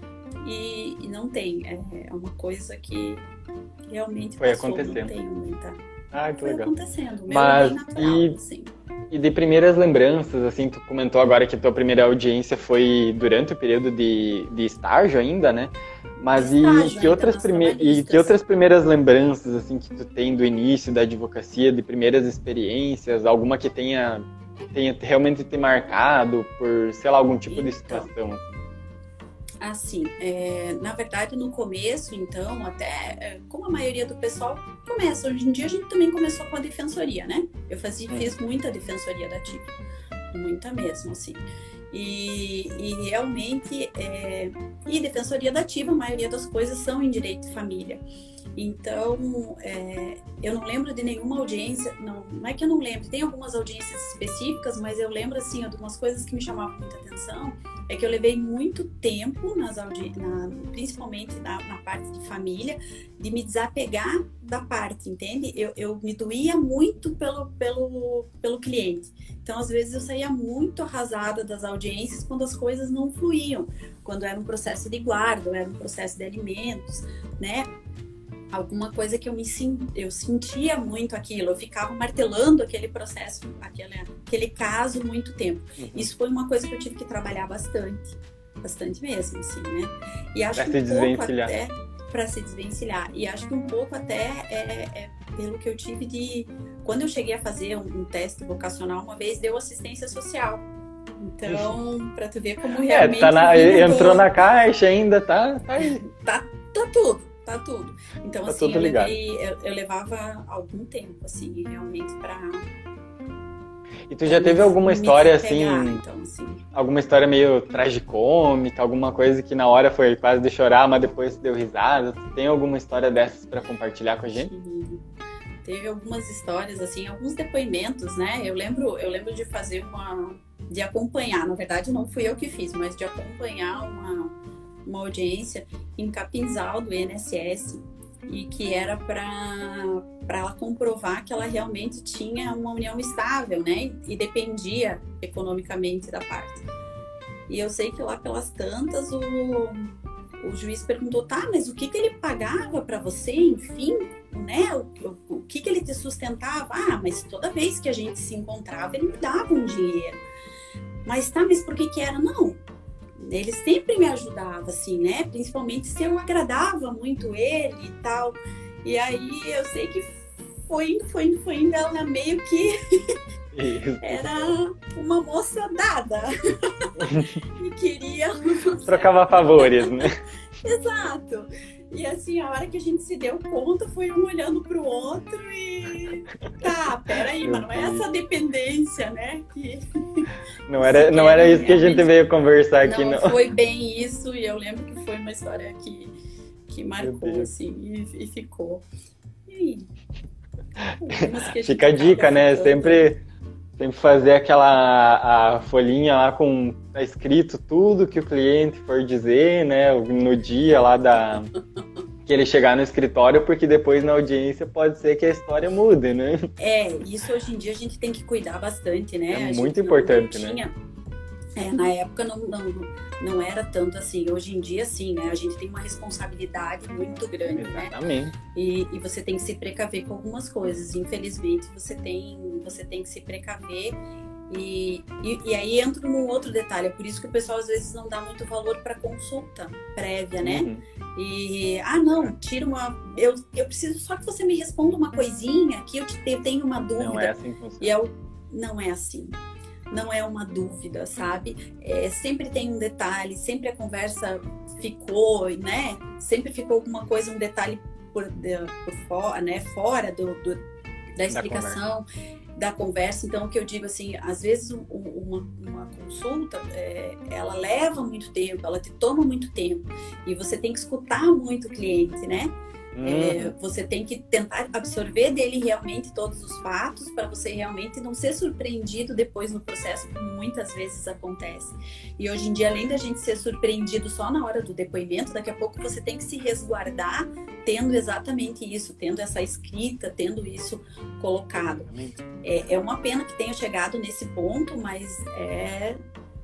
E, e não tem. É, é uma coisa que realmente foi passou, acontecendo. Não tenho muita... Ah, que foi legal. acontecendo. O meu Mas, é bem natural, e, assim. E de primeiras lembranças, assim, tu comentou agora que a tua primeira audiência foi durante o período de, de estágio ainda, né? Mas estágio, e, que outras prime... e que outras primeiras lembranças, assim, que tu tem do início da advocacia, de primeiras experiências, alguma que tenha, tenha realmente te marcado por, sei lá, algum tipo então, de situação? Assim? Assim, é, na verdade, no começo, então, até, é, como a maioria do pessoal começa, hoje em dia a gente também começou com a defensoria, né? Eu fazia, fiz muita defensoria da T I V, muita mesmo, assim. E, e realmente, é, e defensoria da T I V, a maioria das coisas são em direito de família. Então, é, eu não lembro de nenhuma audiência, não, não é que eu não lembro, tem algumas audiências específicas, mas eu lembro, assim, de umas coisas que me chamavam muita atenção, é que eu levei muito tempo, nas audi- na, principalmente na, na parte de família, de me desapegar da parte, entende? Eu, eu me doía muito pelo, pelo, pelo cliente. Então, às vezes, eu saía muito arrasada das audiências quando as coisas não fluíam, quando era um processo de guarda, ou era um processo de alimentos, né? Alguma coisa que eu me eu sentia muito aquilo, eu ficava martelando aquele processo, aquele, aquele caso muito tempo. Uhum. Isso foi uma coisa que eu tive que trabalhar bastante, bastante mesmo, assim, né? E acho pra que se um pouco desvencilhar. até para se desvencilhar. E acho que um pouco até é, é pelo que eu tive de quando eu cheguei a fazer um, um teste vocacional uma vez, deu assistência social. Então, para tu ver como realmente é, tá na, entrou do... na caixa ainda, tá, tá aí. Tá, tá tudo. Tá tudo. Então, tá assim, tudo eu, levei, ligado. eu, eu levava algum tempo, assim, realmente pra... E tu já teve alguma história, assim, então, assim, alguma história meio tragicômica, alguma coisa que na hora foi quase de chorar, mas depois deu risada? Tu tem alguma história dessas pra compartilhar com a gente? Sim. Teve algumas histórias, assim, alguns depoimentos, né? Eu lembro, eu lembro de fazer uma... de acompanhar, na verdade não fui eu que fiz, mas de acompanhar uma... uma audiência em Capinzal, do I N S S, e que era para para ela comprovar que ela realmente tinha uma união estável, né? E dependia economicamente da parte. E eu sei que lá pelas tantas o, o juiz perguntou, tá, mas o que que ele pagava para você, enfim, né? O, o, o que que ele te sustentava? Ah, mas toda vez que a gente se encontrava, ele me dava um dinheiro. Mas tá, mas por que que era? Não. Ele sempre me ajudava, assim, né? Principalmente se eu agradava muito ele e tal. E aí eu sei que foi indo, foi indo, foi indo, ela meio que era uma moça dada. E queria... Trocava favores, né? Exato. E assim, a hora que a gente se deu conta, foi um olhando pro outro e... Tá, peraí, mas não é essa dependência, né? Que... Não era, não era isso que a gente veio conversar aqui, não. Não foi bem isso, e eu lembro que foi uma história que, que marcou, assim, e, e ficou. E aí? A Fica a dica, né? Sempre, sempre fazer aquela a folhinha lá com tá escrito tudo que o cliente for dizer, né? No dia lá da... que ele chegar no escritório, porque depois na audiência pode ser que a história mude, né? É, isso hoje em dia a gente tem que cuidar bastante, né? É a muito gente importante, não, não tinha, né? É, na época não, não, não era tanto assim. Hoje em dia, sim, né? A gente tem uma responsabilidade muito grande, Exatamente. né? E, e você tem que se precaver com algumas coisas. Infelizmente, você tem, você tem que se precaver. E, e, e aí entra num outro detalhe. É por isso que o pessoal às vezes não dá muito valor para consulta prévia, né? Uhum. E, ah, não, tira uma... Eu, eu preciso só que você me responda uma coisinha, que eu, te, eu tenho uma dúvida. Não é assim que funciona. E eu, não é assim. Não é uma dúvida, sabe? É, sempre tem um detalhe, sempre a conversa ficou, né? Sempre ficou alguma coisa, um detalhe por, de, por fora, né? Fora do, do, da explicação, da conversa. da conversa. Então, o que eu digo assim, às vezes um, uma, uma consulta, é, ela leva muito tempo, ela te toma muito tempo. E você tem que escutar muito o cliente, né? Uhum. É, você tem que tentar absorver dele realmente todos os fatos para você realmente não ser surpreendido depois no processo, como muitas vezes acontece. E hoje em dia, além da gente ser surpreendido só na hora do depoimento, daqui a pouco você tem que se resguardar tendo exatamente isso, tendo essa escrita, tendo isso colocado. É, é uma pena que tenha chegado nesse ponto, mas é...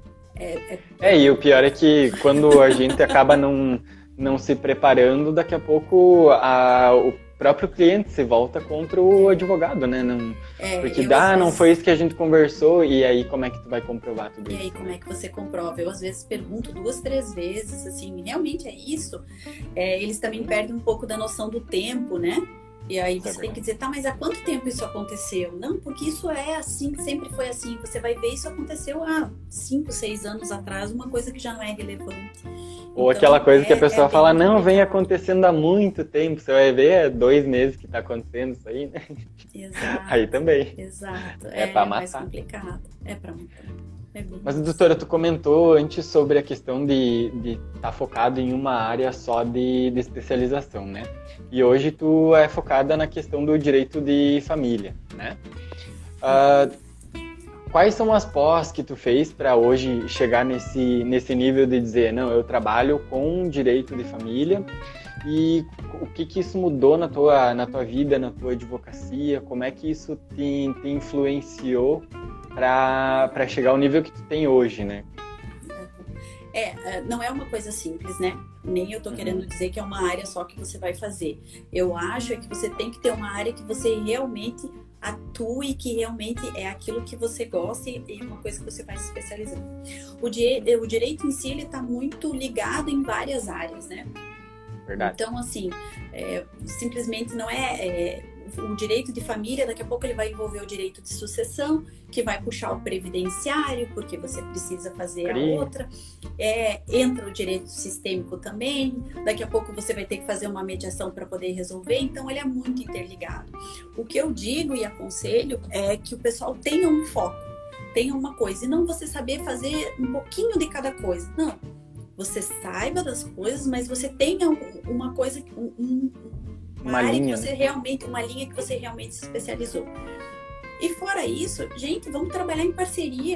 É, é... é, e o pior é que quando a gente acaba não... não se preparando, daqui a pouco a, o próprio cliente se volta contra o advogado, né? Não, é, porque dá, vezes... não foi isso que a gente conversou, e aí como é que tu vai comprovar tudo e isso? E aí como é que você comprova? Eu às vezes pergunto duas, três vezes, assim, realmente é isso? É, eles também perdem um pouco da noção do tempo, né? E aí você é tem que dizer, tá, mas há quanto tempo isso aconteceu? Não, porque isso é assim, sempre foi assim. Você vai ver, isso aconteceu há cinco, seis anos atrás, uma coisa que já não é relevante. Ou então, aquela coisa é, que a pessoa é fala, não, vem acontecendo há muito tempo. Você vai ver, é dois meses que tá acontecendo isso aí, né? Exato. Aí também. Exato. É, é pra matar. mais complicado. É pra matar. É Mas, doutora, tu comentou antes sobre a questão de estar tá focado em uma área só de, de especialização, né? E hoje tu é focada na questão do direito de família, né? Uh, quais são as pós que tu fez para hoje chegar nesse, nesse nível de dizer, não, eu trabalho com direito de família, e o que que isso mudou na tua, na tua vida, na tua advocacia? Como é que isso te, te influenciou para chegar ao nível que tu tem hoje, né? É, não é uma coisa simples, né? Nem eu tô querendo dizer que é uma área só que você vai fazer. Eu acho é que você tem que ter uma área que você realmente atue, que realmente é aquilo que você gosta e é uma coisa que você vai se especializando. O, di- o direito em si, ele tá muito ligado em várias áreas, né? Verdade. Então, assim, é, simplesmente não é, é... O direito de família, daqui a pouco ele vai envolver o direito de sucessão, que vai puxar o previdenciário, porque você precisa fazer a outra. É, entra o direito sistêmico também. Daqui a pouco você vai ter que fazer uma mediação para poder resolver. Então, ele é muito interligado. O que eu digo e aconselho é que o pessoal tenha um foco, tenha uma coisa. E não você saber fazer um pouquinho de cada coisa. Não. Você saiba das coisas, mas você tenha uma coisa... Um, um, Uma, uma área linha, que você né? realmente, uma linha que você realmente se especializou. E fora isso, gente, vamos trabalhar em parceria.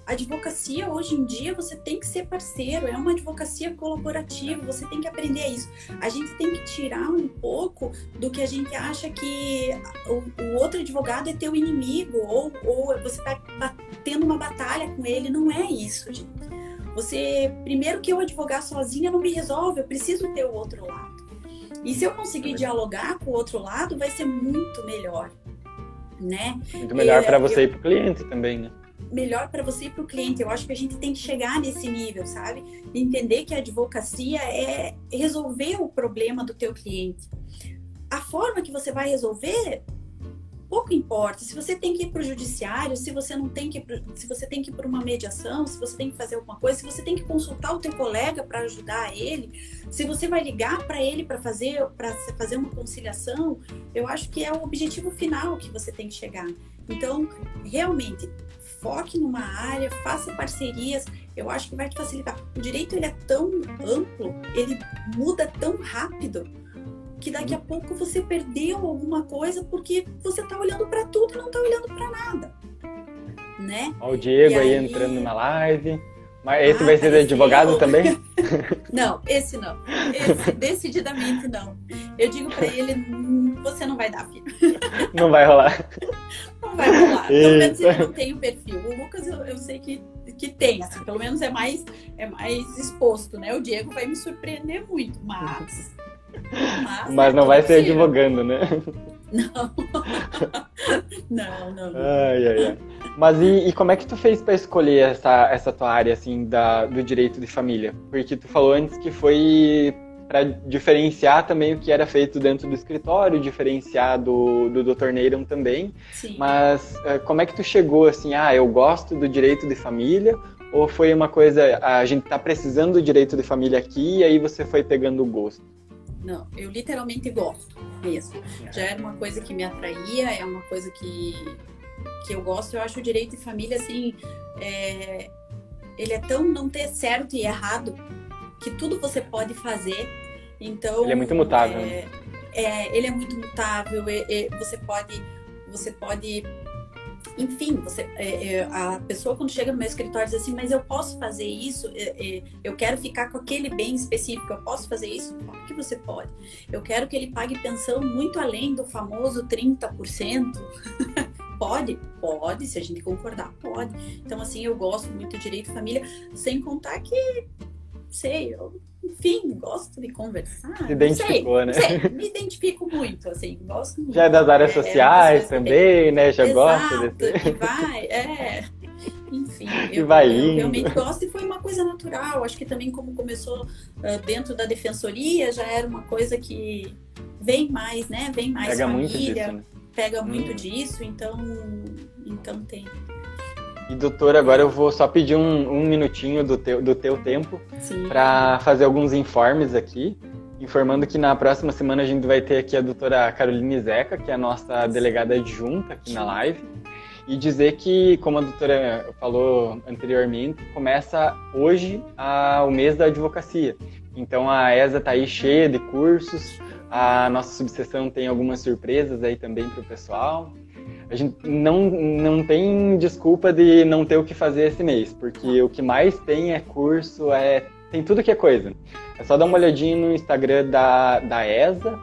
A advocacia, hoje em dia, você tem que ser parceiro, é uma advocacia colaborativa, você tem que aprender isso. A gente tem que tirar um pouco do que a gente acha que o, o outro advogado é teu inimigo, ou, ou você está tendo uma batalha com ele. Não é isso, gente. Você, primeiro que eu advogar sozinha não me resolve, eu preciso ter o outro lado. E se eu conseguir dialogar com o outro lado, vai ser muito melhor, né? Muito melhor é, para você eu... e para o cliente também, né? Melhor para você e para o cliente. Eu acho que a gente tem que chegar nesse nível, sabe? Entender que a advocacia é resolver o problema do teu cliente. A forma que você vai resolver, pouco importa. Se você tem que ir para o judiciário, se você não tem que ir pro, se você tem que ir para uma mediação, se você tem que fazer alguma coisa, se você tem que consultar o teu colega para ajudar ele, se você vai ligar para ele para fazer, para fazer uma conciliação, eu acho que é o objetivo final que você tem que chegar. Então, realmente, foque numa área, faça parcerias, eu acho que vai te facilitar. O direito, ele é tão amplo, ele muda tão rápido, que daqui a pouco você perdeu alguma coisa porque você tá olhando para tudo e não tá olhando para nada, né? Ó, o Diego aí, aí entrando na live. Mas esse ah, vai ser advogado eu... também? Não, esse não. Esse decididamente não. Eu digo para ele, você não vai dar, filho. Não vai rolar. Não vai rolar. Pelo menos ele não tem o perfil. O Lucas eu, eu sei que, que tem, assim, pelo menos é mais, é mais exposto, né? O Diego vai me surpreender muito, mas... Mas, mas não vai ser advogando, né? Não. Não, não. Ai, ai, ai. Mas e, e como é que tu fez para escolher essa, essa tua área, assim, da, do direito de família? Porque tu falou antes que foi para diferenciar também o que era feito dentro do escritório, diferenciar do, do doutor Neyron também. Sim. Mas como é que tu chegou, assim, ah, eu gosto do direito de família, ou foi uma coisa, a gente tá precisando do direito de família aqui, e aí você foi pegando o gosto? Não, eu literalmente gosto mesmo. Já era uma coisa que me atraía, é uma coisa que, que eu gosto. Eu acho o direito de família, assim, é, ele é tão não ter certo e errado, que tudo você pode fazer. Então, ele é muito mutável. É, né? é, ele é muito mutável, é, é, você pode... Você pode Enfim, você, é, é, a pessoa quando chega no meu escritório diz assim, mas eu posso fazer isso, é, é, eu quero ficar com aquele bem específico, eu posso fazer isso? Claro que você pode. Eu quero que ele pague pensão muito além do famoso trinta por cento. Pode? Pode, se a gente concordar, pode. Então, assim, eu gosto muito de direito de família, sem contar que, sei, eu... Enfim, gosto de conversar. Se identificou, sei, né? Sei, me identifico muito, assim, gosto muito. Já é das áreas sociais é, também, que... né? Já Exato, gosta desse... que vai, é... Enfim, eu, vai eu realmente gosto e foi uma coisa natural. Acho que também como começou uh, dentro da defensoria, já era uma coisa que vem mais, né? Vem mais pega família, muito disso, né? pega muito hum. disso, então, então tem... E, doutora, agora eu vou só pedir um, um minutinho do teu, do teu tempo para fazer alguns informes aqui, informando que na próxima semana a gente vai ter aqui a doutora Caroline Zeca, que é a nossa delegada adjunta aqui na live, e dizer que, como a doutora falou anteriormente, começa hoje a, o mês da advocacia. Então a E S A está aí cheia de cursos, a nossa subseção tem algumas surpresas aí também para o pessoal. A gente não, não tem desculpa de não ter o que fazer esse mês, porque o que mais tem é curso, é, tem tudo que é coisa. É só dar uma olhadinha no Instagram da, da E S A,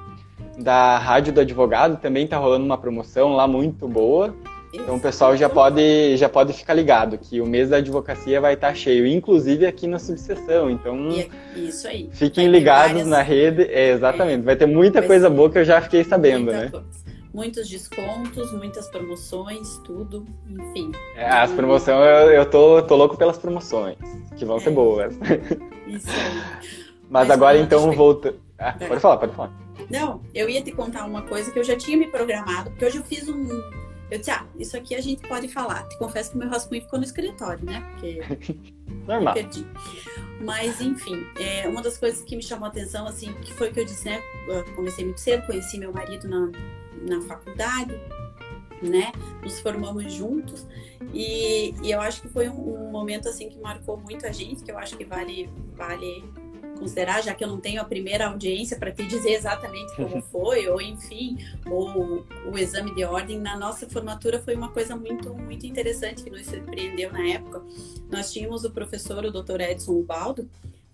da Rádio do Advogado, também tá rolando uma promoção lá muito boa. Então o pessoal já pode, já pode ficar ligado, que o mês da advocacia vai estar cheio, inclusive aqui na subseção. Então, isso aí. Fiquem ligados várias... na rede. É, exatamente, vai ter muita vai coisa boa que eu já fiquei sabendo, né? Coisa. Muitos descontos, muitas promoções, tudo, enfim. É, as promoções, eu, eu tô, tô louco pelas promoções, que vão é. ser boas. Isso aí. Mas, Mas agora, então, volta... Ah, pode falar, pode falar. Não, eu ia te contar uma coisa que eu já tinha me programado, porque hoje eu fiz um... Eu disse, ah, isso aqui a gente pode falar. Te confesso que o meu rascunho ficou no escritório, né? Porque normal. Eu perdi. Mas, enfim, é, uma das coisas que me chamou a atenção, assim, que foi o que eu disse, né? Eu comecei muito cedo, conheci meu marido na... na faculdade, né, nos formamos juntos e, e eu acho que foi um, um momento assim que marcou muito a gente, que eu acho que vale, vale considerar, já que eu não tenho a primeira audiência para te dizer exatamente como foi, ou enfim, ou o exame de ordem, na nossa formatura foi uma coisa muito, muito interessante que nos surpreendeu na época. Nós tínhamos o professor, o doutor Edson Ubaldo,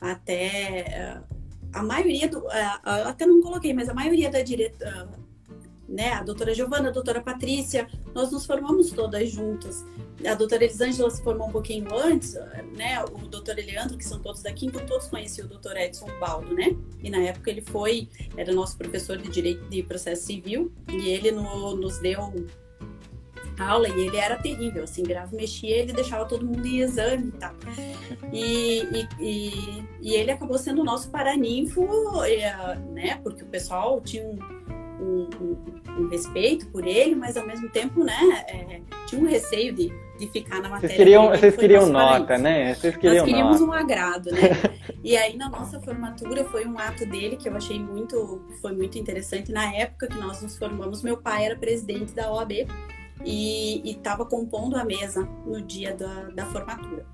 até a maioria, do, até não coloquei, mas a maioria da diretora, né, a doutora Giovana, a doutora Patrícia, nós nos formamos todas juntas. A doutora Elisângela se formou um pouquinho antes, né, o doutor Eleandro, que são todos daqui, então todos conheciam o doutor Edson Baldo, né, e na época ele foi, era nosso professor de Direito de Processo Civil, e ele no, nos deu aula, e ele era terrível, assim, grave mexia, ele deixava todo mundo em exame e tal. E, e, e, e ele acabou sendo o nosso paraninfo, né, porque o pessoal tinha um Um, um, um respeito por ele, mas ao mesmo tempo, né, é, tinha um receio de, de ficar na matéria. Vocês queriam, vocês queriam nota, né? Vocês queriam Nós queríamos nota. um agrado, né? E aí na nossa formatura foi um ato dele que eu achei muito, foi muito interessante. Na época que nós nos formamos, meu pai era presidente da O A B e estava compondo a mesa no dia da, da formatura.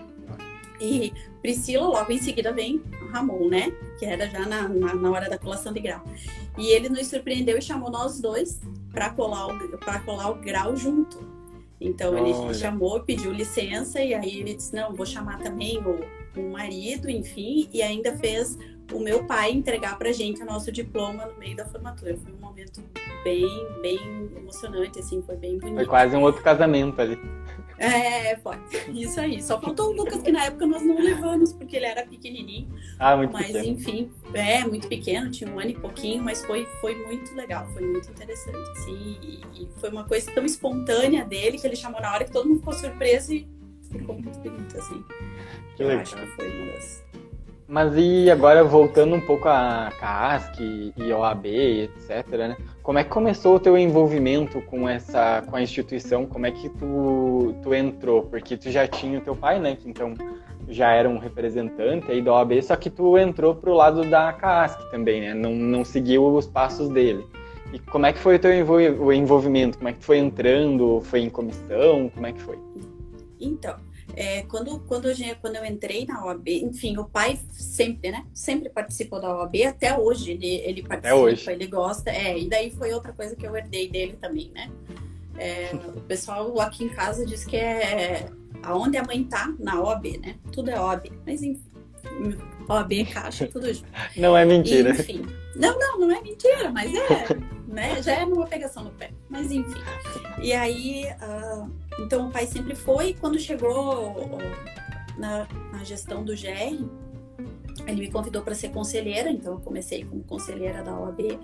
E Priscila, logo em seguida, vem Ramon, né? Que era já na, na, na hora da colação de grau. E ele nos surpreendeu e chamou nós dois para colar, para colar o grau junto. Então, ele Olha. chamou, pediu licença, e aí ele disse, não, vou chamar também o, o marido, enfim, e ainda fez o meu pai entregar pra gente o nosso diploma no meio da formatura. Foi um momento bem, bem emocionante, assim, foi bem bonito. Foi quase um outro casamento ali. É, pode. Isso aí. Só faltou o Lucas, que na época nós não levamos, porque ele era pequenininho. Ah, muito mas, pequeno. enfim, é muito pequeno, tinha um ano e pouquinho, mas foi, foi muito legal, foi muito interessante, assim. E, e foi uma coisa tão espontânea dele, que ele chamou na hora que todo mundo ficou surpreso e ficou muito bonito, assim. Que Eu legal. acho que foi uma das... Mas e agora, voltando um pouco a C A S C e O A B, etcétera, né? Como é que começou o teu envolvimento com essa, com a instituição? Como é que tu, tu entrou? Porque tu já tinha o teu pai, né? Que então já era um representante aí da O A B, só que tu entrou pro lado da C A S C também, né? Não, não seguiu os passos dele. E como é que foi o teu envolvimento? Como é que tu foi entrando? Foi em comissão? Como é que foi? Então... É, quando, quando, eu, quando eu entrei na O A B, enfim, o pai sempre, né? Sempre participou da O A B, até hoje ele, ele participa, até hoje. Ele gosta. É, e daí foi outra coisa que eu herdei dele também, né? É, o pessoal aqui em casa diz que é aonde a mãe tá, na O A B, né? Tudo é O A B, mas enfim, O A B, caixa, tudo junto. Não é mentira. E, enfim, não, não, não é mentira, mas é, né? Já é uma pegação no pé, mas enfim. E aí, uh, então o pai sempre foi, e quando chegou uh, na, na gestão do G R, ele me convidou para ser conselheira, então eu comecei como conselheira da O A B,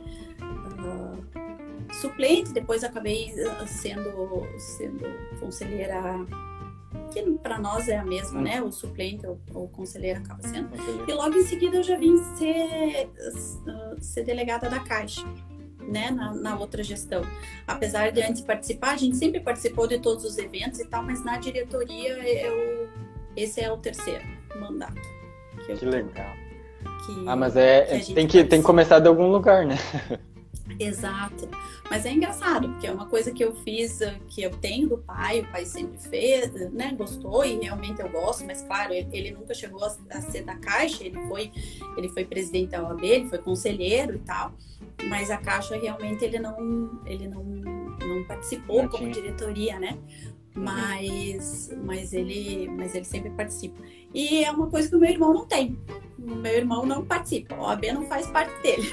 uh, suplente, depois acabei sendo, sendo conselheira, que para nós é a mesma, hum. né? O suplente ou o conselheiro acaba sendo. Conselheiro. E logo em seguida eu já vim ser, uh, ser delegada da Caixa. Né, na, na outra gestão. Apesar de antes participar, a gente sempre participou de todos os eventos e tal, mas na diretoria eu, esse é o terceiro mandato. Que, eu, que legal. Que, ah, mas é, que tem, que, tem que começar de algum lugar, né? Exato. Mas é engraçado, porque é uma coisa que eu fiz, que eu tenho do pai, o pai sempre fez, né, gostou e realmente eu gosto, mas claro, ele, ele nunca chegou a, a ser da Caixa, ele foi, ele foi presidente da O A B, ele foi conselheiro e tal, mas a Caixa realmente ele não, ele não, não participou não como diretoria, né? Mas, uhum. mas, ele, mas ele sempre participa. E é uma coisa que o meu irmão não tem. O meu irmão não participa. A O A B não faz parte dele.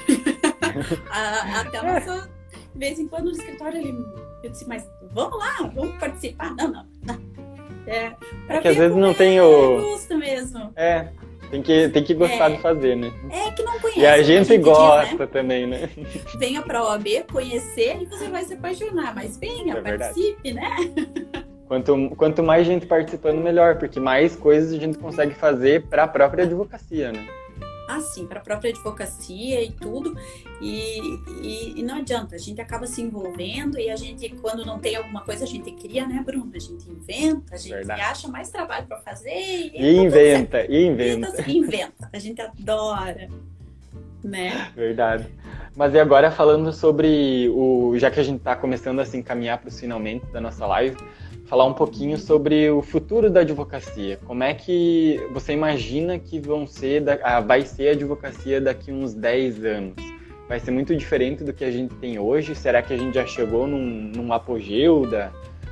a, até a nossa... De vez em quando no escritório ele... Eu disse, mas vamos lá, vamos participar. Não, não, não. É, é que às vezes não tem o... gosto mesmo. É, tem que, tem que gostar é, de fazer, né? É que não conhece. E a gente, a gente gosta diz, né? também, né? Venha pra O A B conhecer e você vai se apaixonar. Mas venha, é participe, né? Quanto, quanto mais gente participando, melhor, porque mais coisas a gente consegue fazer para a própria advocacia, né? Ah, sim, para a própria advocacia e tudo. E, e, e não adianta, a gente acaba se envolvendo e a gente, quando não tem alguma coisa, a gente cria, né, Bruno? A gente inventa, a gente Verdade. acha mais trabalho para fazer. E, e inventa, e inventa. Então, inventa, a gente adora, né? Verdade. Mas e agora falando sobre o... Já que a gente está começando a se encaminhar para os finalmente da nossa live, falar um pouquinho sobre o futuro da advocacia. Como é que você imagina que vão ser, ah, vai ser a advocacia daqui uns dez anos? Vai ser muito diferente do que a gente tem hoje? Será que a gente já chegou num, num apogeu da,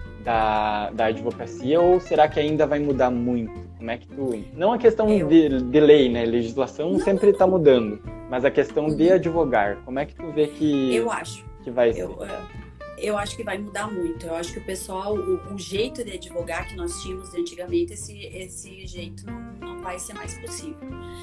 da, da advocacia? Ou será que ainda vai mudar muito? Como é que tu... Não a questão Eu... de, de lei, né? Legislação não, sempre está mudando. Mas a questão uhum. de advogar. Como é que tu vê que, eu acho. que vai ser? Eu, eu acho que vai mudar muito. Eu acho que o pessoal, o, o jeito de advogar que nós tínhamos antigamente, esse, esse jeito não, não vai ser mais possível.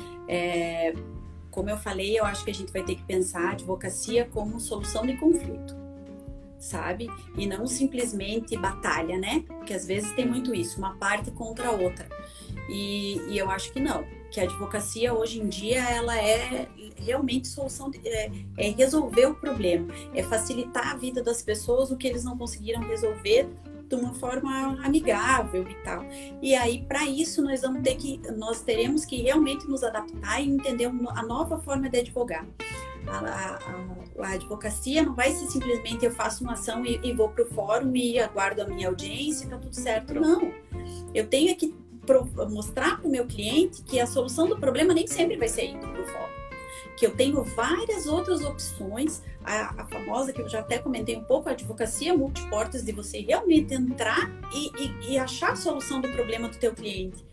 É... Como eu falei, eu acho que a gente vai ter que pensar a advocacia como solução de conflito, sabe? E não simplesmente batalha, né? Porque às vezes tem muito isso, uma parte contra a outra. E, e eu acho que não, que a advocacia hoje em dia, ela é realmente solução, de, é, é resolver o problema, é facilitar a vida das pessoas, o que eles não conseguiram resolver de uma forma amigável e tal. E aí, para isso, nós vamos ter que, nós teremos que realmente nos adaptar e entender a nova forma de advogar. A, a, a advocacia não vai ser simplesmente eu faço uma ação e, e vou para o fórum e aguardo a minha audiência e tá tudo certo. Não. Eu tenho que pro, mostrar para o meu cliente que a solução do problema nem sempre vai ser indo para o fórum. Que eu tenho várias outras opções, a, a famosa que eu já até comentei um pouco, a advocacia multiportas, de você realmente entrar e, e, e achar a solução do problema do teu cliente.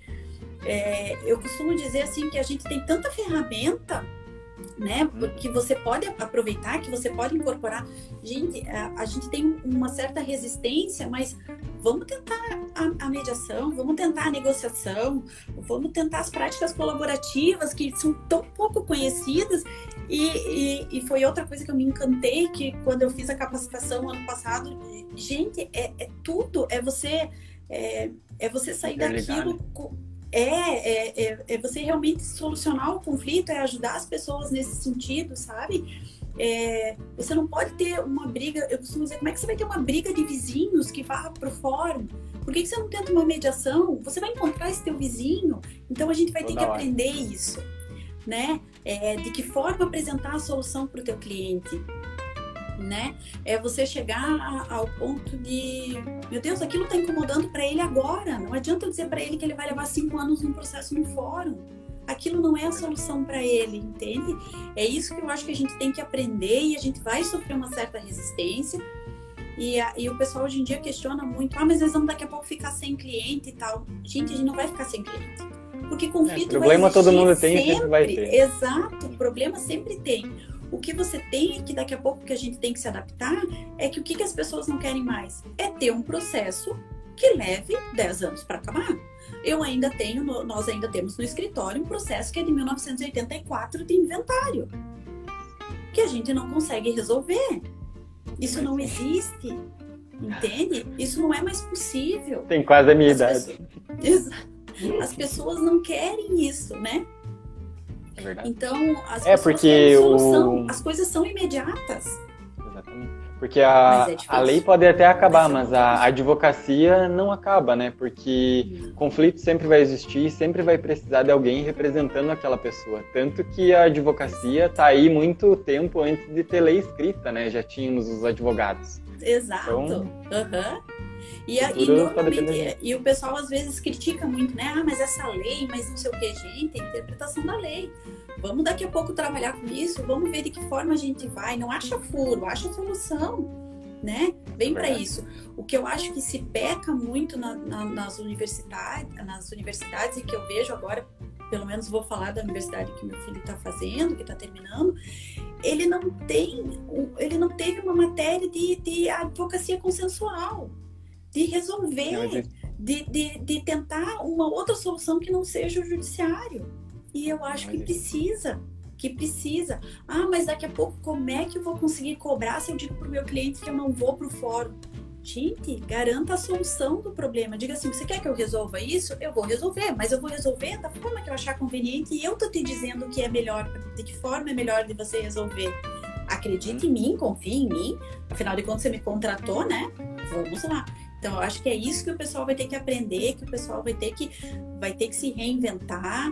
É, eu costumo dizer assim que a gente tem tanta ferramenta, né, que você pode aproveitar, que você pode incorporar. Gente, a, a gente tem uma certa resistência, mas vamos tentar a, a mediação, vamos tentar a negociação, vamos tentar as práticas colaborativas que são tão pouco conhecidas. E, e, e foi outra coisa que eu me encantei, que quando eu fiz a capacitação ano passado, gente, é, é tudo, é você, é, é você sair daquilo... É, é, é, é você realmente solucionar o conflito, é ajudar as pessoas nesse sentido, sabe? É, você não pode ter uma briga, eu costumo dizer, como é que você vai ter uma briga de vizinhos que vá pro fórum? Por que, que você não tenta uma mediação? Você vai encontrar esse teu vizinho, então a gente vai ter que aprender isso, né? É, de que forma apresentar a solução para o teu cliente, né? É você chegar a, ao ponto de, meu Deus, aquilo está incomodando para ele agora. Não adianta eu dizer para ele que ele vai levar cinco anos num processo no fórum. Aquilo não é a solução para ele, entende? É isso que eu acho que a gente tem que aprender e a gente vai sofrer uma certa resistência. E, a, e o pessoal hoje em dia questiona muito, ah, mas nós vamos daqui a pouco ficar sem cliente e tal. Gente, a gente não vai ficar sem cliente. Porque conflito é, problema vai todo mundo sempre. tem, sempre vai ter. Exato, o problema sempre tem. O que você tem e que daqui a pouco que a gente tem que se adaptar é que o que, que as pessoas não querem mais? É ter um processo que leve dez anos para acabar. Eu ainda tenho, nós ainda temos no escritório um processo que é de mil novecentos e oitenta e quatro de inventário, que a gente não consegue resolver. Isso não existe, entende? Isso não é mais possível. Tem quase a minha as idade. Pessoas... As pessoas não querem isso, né? É verdade. Então, as é pessoas porque querem solução, o... as coisas são imediatas. Exatamente. Porque a, é a lei pode até acabar, mas a advocacia não acaba, né? Porque não. Conflito sempre vai existir, sempre vai precisar de alguém representando aquela pessoa. Tanto que a advocacia está aí muito tempo antes de ter lei escrita, né? Já tínhamos os advogados. Exato. Então, uhum. E, a, e, normalmente, e o pessoal às vezes critica muito, né? Ah, mas essa lei, mas não sei o que, gente, é a interpretação da lei. Vamos daqui a pouco trabalhar com isso, vamos ver de que forma a gente vai. Não acha furo, acha solução, né? Vem para isso. O que eu acho que se peca muito na, na, nas universidades, nas universidades e que eu vejo agora, pelo menos vou falar da universidade que meu filho está fazendo, que está terminando, ele não tem, ele não teve uma matéria de, de advocacia consensual. De resolver, de, de, de tentar uma outra solução que não seja o judiciário. E eu acho que precisa, que precisa. Ah, mas daqui a pouco como é que eu vou conseguir cobrar se eu digo para o meu cliente que eu não vou para o fórum? Gente, garanta a solução do problema. Diga assim, você quer que eu resolva isso? Eu vou resolver, mas eu vou resolver da forma que eu achar conveniente e eu tô te dizendo que é melhor, de que forma é melhor de você resolver. Acredite em mim, confie em mim. Afinal de contas, você me contratou, né? Vamos lá. Então, eu acho que é isso que o pessoal vai ter que aprender, que o pessoal vai ter que, vai ter que se reinventar.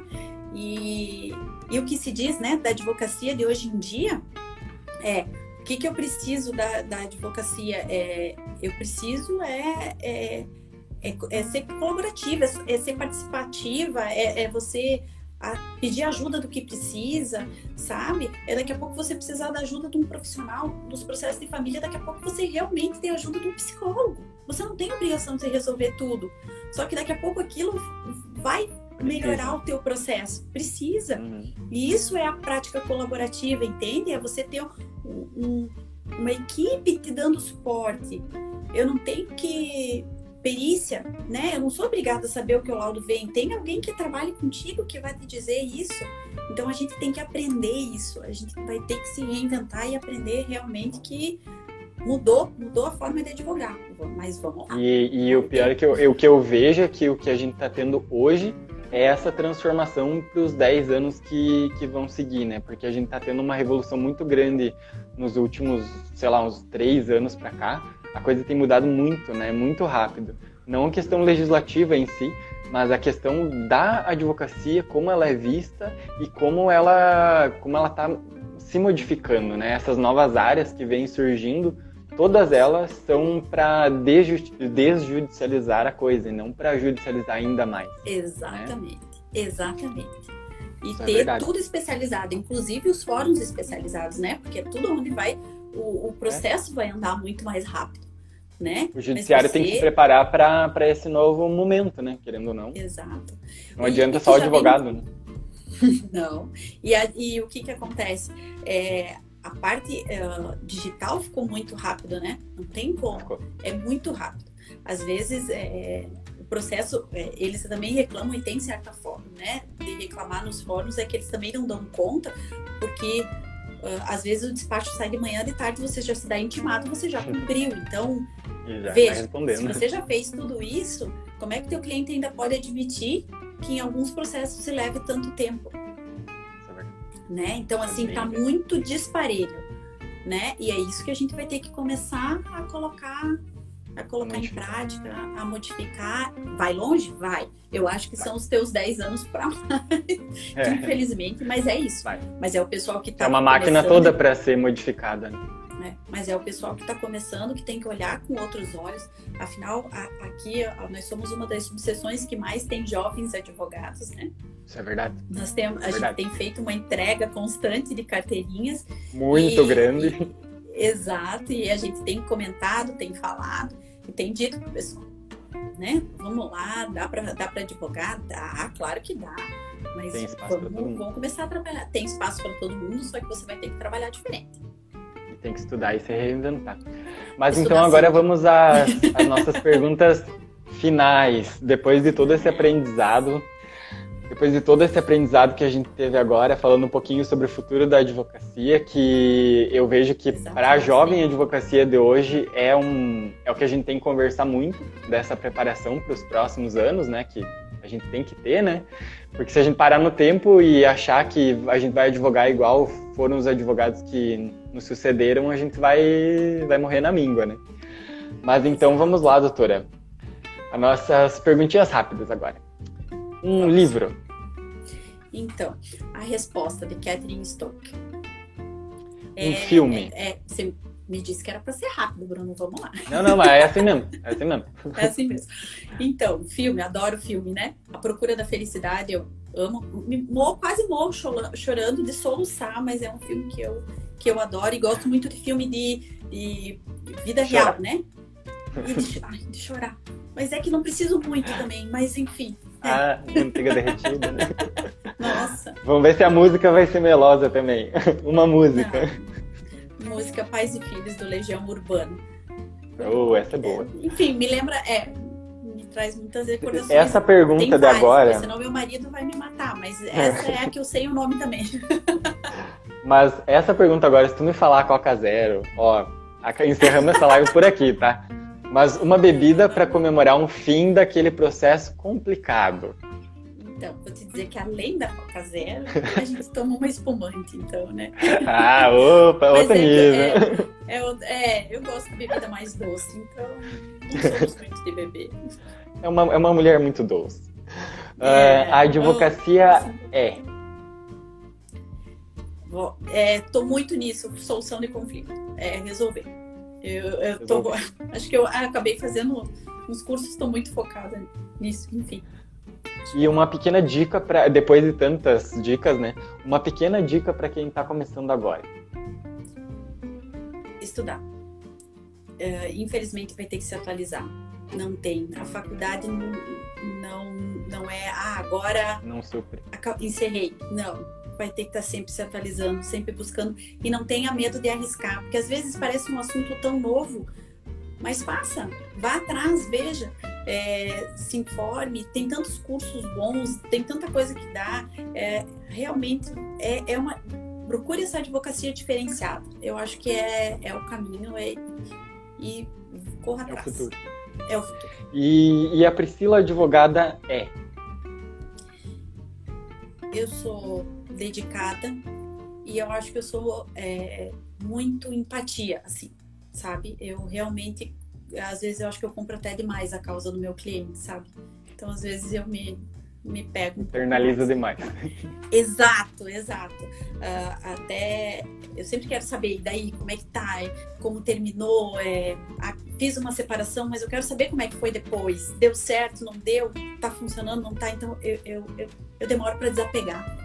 E, e o que se diz, né, da advocacia de hoje em dia é, o que, que eu preciso da, da advocacia? É, eu preciso é, é é, é ser colaborativa, é, é ser participativa, é, é você a pedir ajuda do que precisa, sabe? É daqui a pouco você precisar da ajuda de um profissional nos processos de família, daqui a pouco você realmente tem a ajuda de um psicólogo. Você não tem a obrigação de resolver tudo, só que daqui a pouco aquilo vai melhorar o teu processo. Precisa. Uhum. E isso é a prática colaborativa, entende? É você ter um, um, uma equipe te dando suporte. Eu não tenho que... perícia, né? Eu não sou obrigada a saber o que o laudo vem. Tem alguém que trabalhe contigo que vai te dizer isso. Então, a gente tem que aprender isso. A gente vai ter que se reinventar e aprender realmente que mudou, mudou a forma de advogar. Mas vamos lá. E, e o pior é que eu, o que eu vejo é que o que a gente está tendo hoje é essa transformação para os dez anos que, que vão seguir, né? Porque a gente está tendo uma revolução muito grande nos últimos, sei lá, uns três anos para cá. A coisa tem mudado muito, né? Muito rápido. Não a questão legislativa em si, mas a questão da advocacia, como ela é vista e como ela como ela está se modificando, né? Essas novas áreas que vêm surgindo, todas elas são para desjudicializar a coisa e não para judicializar ainda mais. Exatamente, né? Exatamente. E Isso ter é tudo especializado, inclusive os fóruns especializados, né? Porque é tudo onde vai, o, o processo é. vai andar muito mais rápido, né? O judiciário você... tem que se preparar para esse novo momento, né? Querendo ou não. Exato. Não adianta e, só o advogado, vem... né? Não. E, a, e o que que acontece? É... A parte uh, digital ficou muito rápido, né? Não tem como. É muito rápido. Às vezes, é, o processo, é, eles também reclamam e tem certa forma, né? De reclamar nos fóruns é que eles também não dão conta, porque uh, às vezes o despacho sai de manhã, de tarde você já se dá intimado, você já cumpriu. Então, já veja, tá se você já fez tudo isso, como é que teu cliente ainda pode admitir que em alguns processos se leve tanto tempo? Né? Então, assim, tá muito disparelho, né? E é isso que a gente vai ter que começar a colocar, a colocar em prática, a modificar. Vai longe? Vai. Eu acho que vai. São os teus dez anos para mais, é. infelizmente, mas é isso. Vai. Mas é o pessoal que tá É uma máquina toda para ser modificada, né? É, mas é o pessoal que está começando, que tem que olhar com outros olhos. Afinal, a, aqui nós somos uma das subseções que mais tem jovens advogados, né? Isso é verdade. Nós temos, é a verdade. gente tem feito uma entrega constante de carteirinhas. Muito e, grande. E, exato, e a gente tem comentado, tem falado e tem dito para o pessoal, né? Vamos lá, dá para dá para advogar? Dá, claro que dá. Mas tem espaço vamos, para todo mundo. vamos começar a trabalhar. Tem espaço para todo mundo, só que você vai ter que trabalhar diferente. Tem que estudar e se reinventar. Mas estudar então agora sempre. Vamos às, às nossas perguntas finais. Depois de todo esse aprendizado, depois de todo esse aprendizado que a gente teve agora, falando um pouquinho sobre o futuro da advocacia, que eu vejo que para a jovem advocacia de hoje é, um, é o que a gente tem que conversar muito, dessa preparação para os próximos anos, né? Que a gente tem que ter, né? Porque se a gente parar no tempo e achar que a gente vai advogar igual foram os advogados que nos sucederam, a gente vai, vai morrer na míngua, né? Mas então vamos lá, doutora. As nossas perguntinhas rápidas agora. Um vamos. livro. Então, A Resposta, de Catherine Stokes. Um é, filme. É, é, você me disse que era para ser rápido, Bruno, vamos lá. Não, não, mas é assim mesmo. É assim mesmo. É assim mesmo. Então, filme, adoro filme, né? A Procura da Felicidade, eu amo. Me morro, quase morro chorando de soluçar, mas é um filme que eu, que eu adoro e gosto muito de filme de, de vida Chorar. real, né? E de, ai, de chorar. Mas é que não preciso muito também, mas enfim. É. Ah, manteiga derretida, né? Nossa. Vamos ver se a música vai ser melosa também. Uma música. Não. Música Pais e Filhos, do Legião Urbana. Oh, essa é boa. Enfim, me lembra, é, me traz muitas recordações. Essa pergunta Tem de várias, agora... Senão meu marido vai me matar, mas essa é a que eu sei o nome também. Mas essa pergunta agora, se tu me falar Coca Zero, ó, encerramos essa live por aqui, tá? Mas uma bebida para comemorar um fim daquele processo complicado. Então, vou te dizer que além da Coca Zero, a gente toma uma espumante, então, né? Ah, opa, outro é, nível. É, é, é, eu gosto de bebida mais doce, então não somos muito de beber. É uma, é uma mulher muito doce. É, uh, a advocacia assim, é... Estou é, muito nisso, solução de conflito, é resolver. Eu, eu tô, acho que eu acabei fazendo os cursos estão muito focados nisso, enfim. E uma pequena dica, para depois de tantas dicas, né? Uma pequena dica para quem está começando agora. Estudar. Uh, infelizmente vai ter que se atualizar. Não tem. A faculdade não, não, não é, ah, agora não supre. Encerrei. Não. Vai ter que estar sempre se atualizando, sempre buscando. E não tenha medo de arriscar, porque às vezes parece um assunto tão novo, mas faça. Vá atrás, veja. É, se informe. Tem tantos cursos bons, tem tanta coisa que dá. É, realmente é, é uma... Procure essa advocacia diferenciada. Eu acho que é, é o caminho. É, e corra atrás. É o futuro. É o futuro. E, e a Priscila advogada é? Eu sou dedicada e eu acho que eu sou é, muito empatia, assim, sabe? Eu realmente, às vezes eu acho que eu compro até demais a causa do meu cliente, sabe? Então, às vezes eu me, me pego... Um Internaliza demais. Exato, exato. Uh, até... Eu sempre quero saber, e daí, como é que tá, como terminou, é, a, fiz uma separação, mas eu quero saber como é que foi depois. Deu certo, não deu, tá funcionando, não tá? Então, eu, eu, eu, eu demoro para desapegar.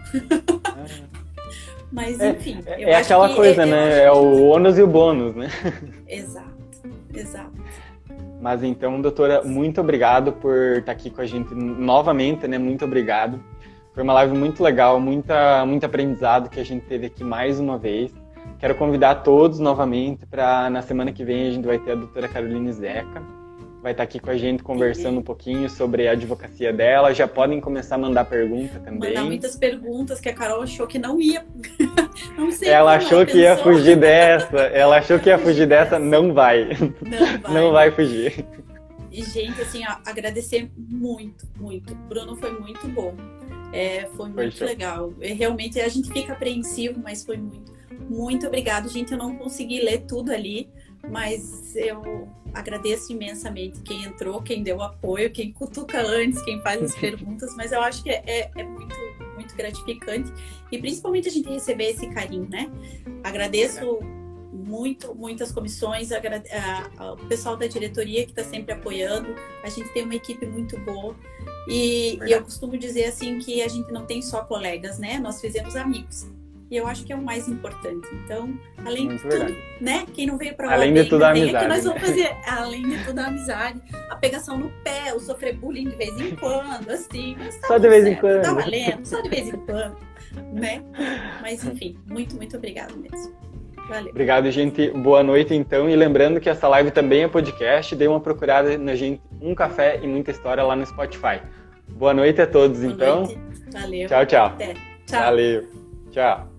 Mas, enfim. É, é aquela coisa, é, né? É o ônus e o bônus, né? Exato, exato. Mas então, doutora, muito obrigado por estar aqui com a gente novamente, né? Muito obrigado. Foi uma live muito legal, muita, muito aprendizado que a gente teve aqui mais uma vez. Quero convidar todos novamente para na semana que vem a gente vai ter a doutora Caroline Zeca. Vai estar aqui com a gente conversando um pouquinho sobre a advocacia dela. Já podem começar a mandar pergunta também. Mandar muitas perguntas que a Carol achou que não ia. Não sei. Ela achou que ia fugir dessa. Ela achou que ia fugir dessa. Não vai. Não vai. Não vai fugir. E, gente, assim, ó, agradecer muito, muito. Bruno, foi muito bom. É, foi muito foi legal. É, realmente a gente fica apreensivo, mas foi muito. Muito obrigado, gente. Eu não consegui ler tudo ali, mas eu agradeço imensamente quem entrou, quem deu apoio, quem cutuca antes, quem faz as perguntas, mas eu acho que é, é muito, muito gratificante e principalmente a gente receber esse carinho, né? Agradeço muito, muitas comissões, agrade... o pessoal da diretoria que está sempre apoiando, a gente tem uma equipe muito boa e, e eu costumo dizer assim que a gente não tem só colegas, né? Nós fizemos amigos. E eu acho que é o mais importante. Então, além Muito de tudo, verdade. né? Quem não veio para lá, além de tudo a amizade, é que nós vamos fazer, além de tudo a amizade, a pegação no pé, o sofrer bullying de vez em quando, assim. Tá só de vez certo, em quando. Tá valendo, só de vez em quando, né? Mas enfim, muito, muito obrigado mesmo. Valeu. Obrigado, gente. Boa noite, então. E lembrando que essa live também é podcast. Dê uma procurada na gente, Um Café e Muita História lá no Spotify. Boa noite a todos, Boa então. Noite. Valeu. Tchau, tchau. Até. Tchau. Valeu. Tchau.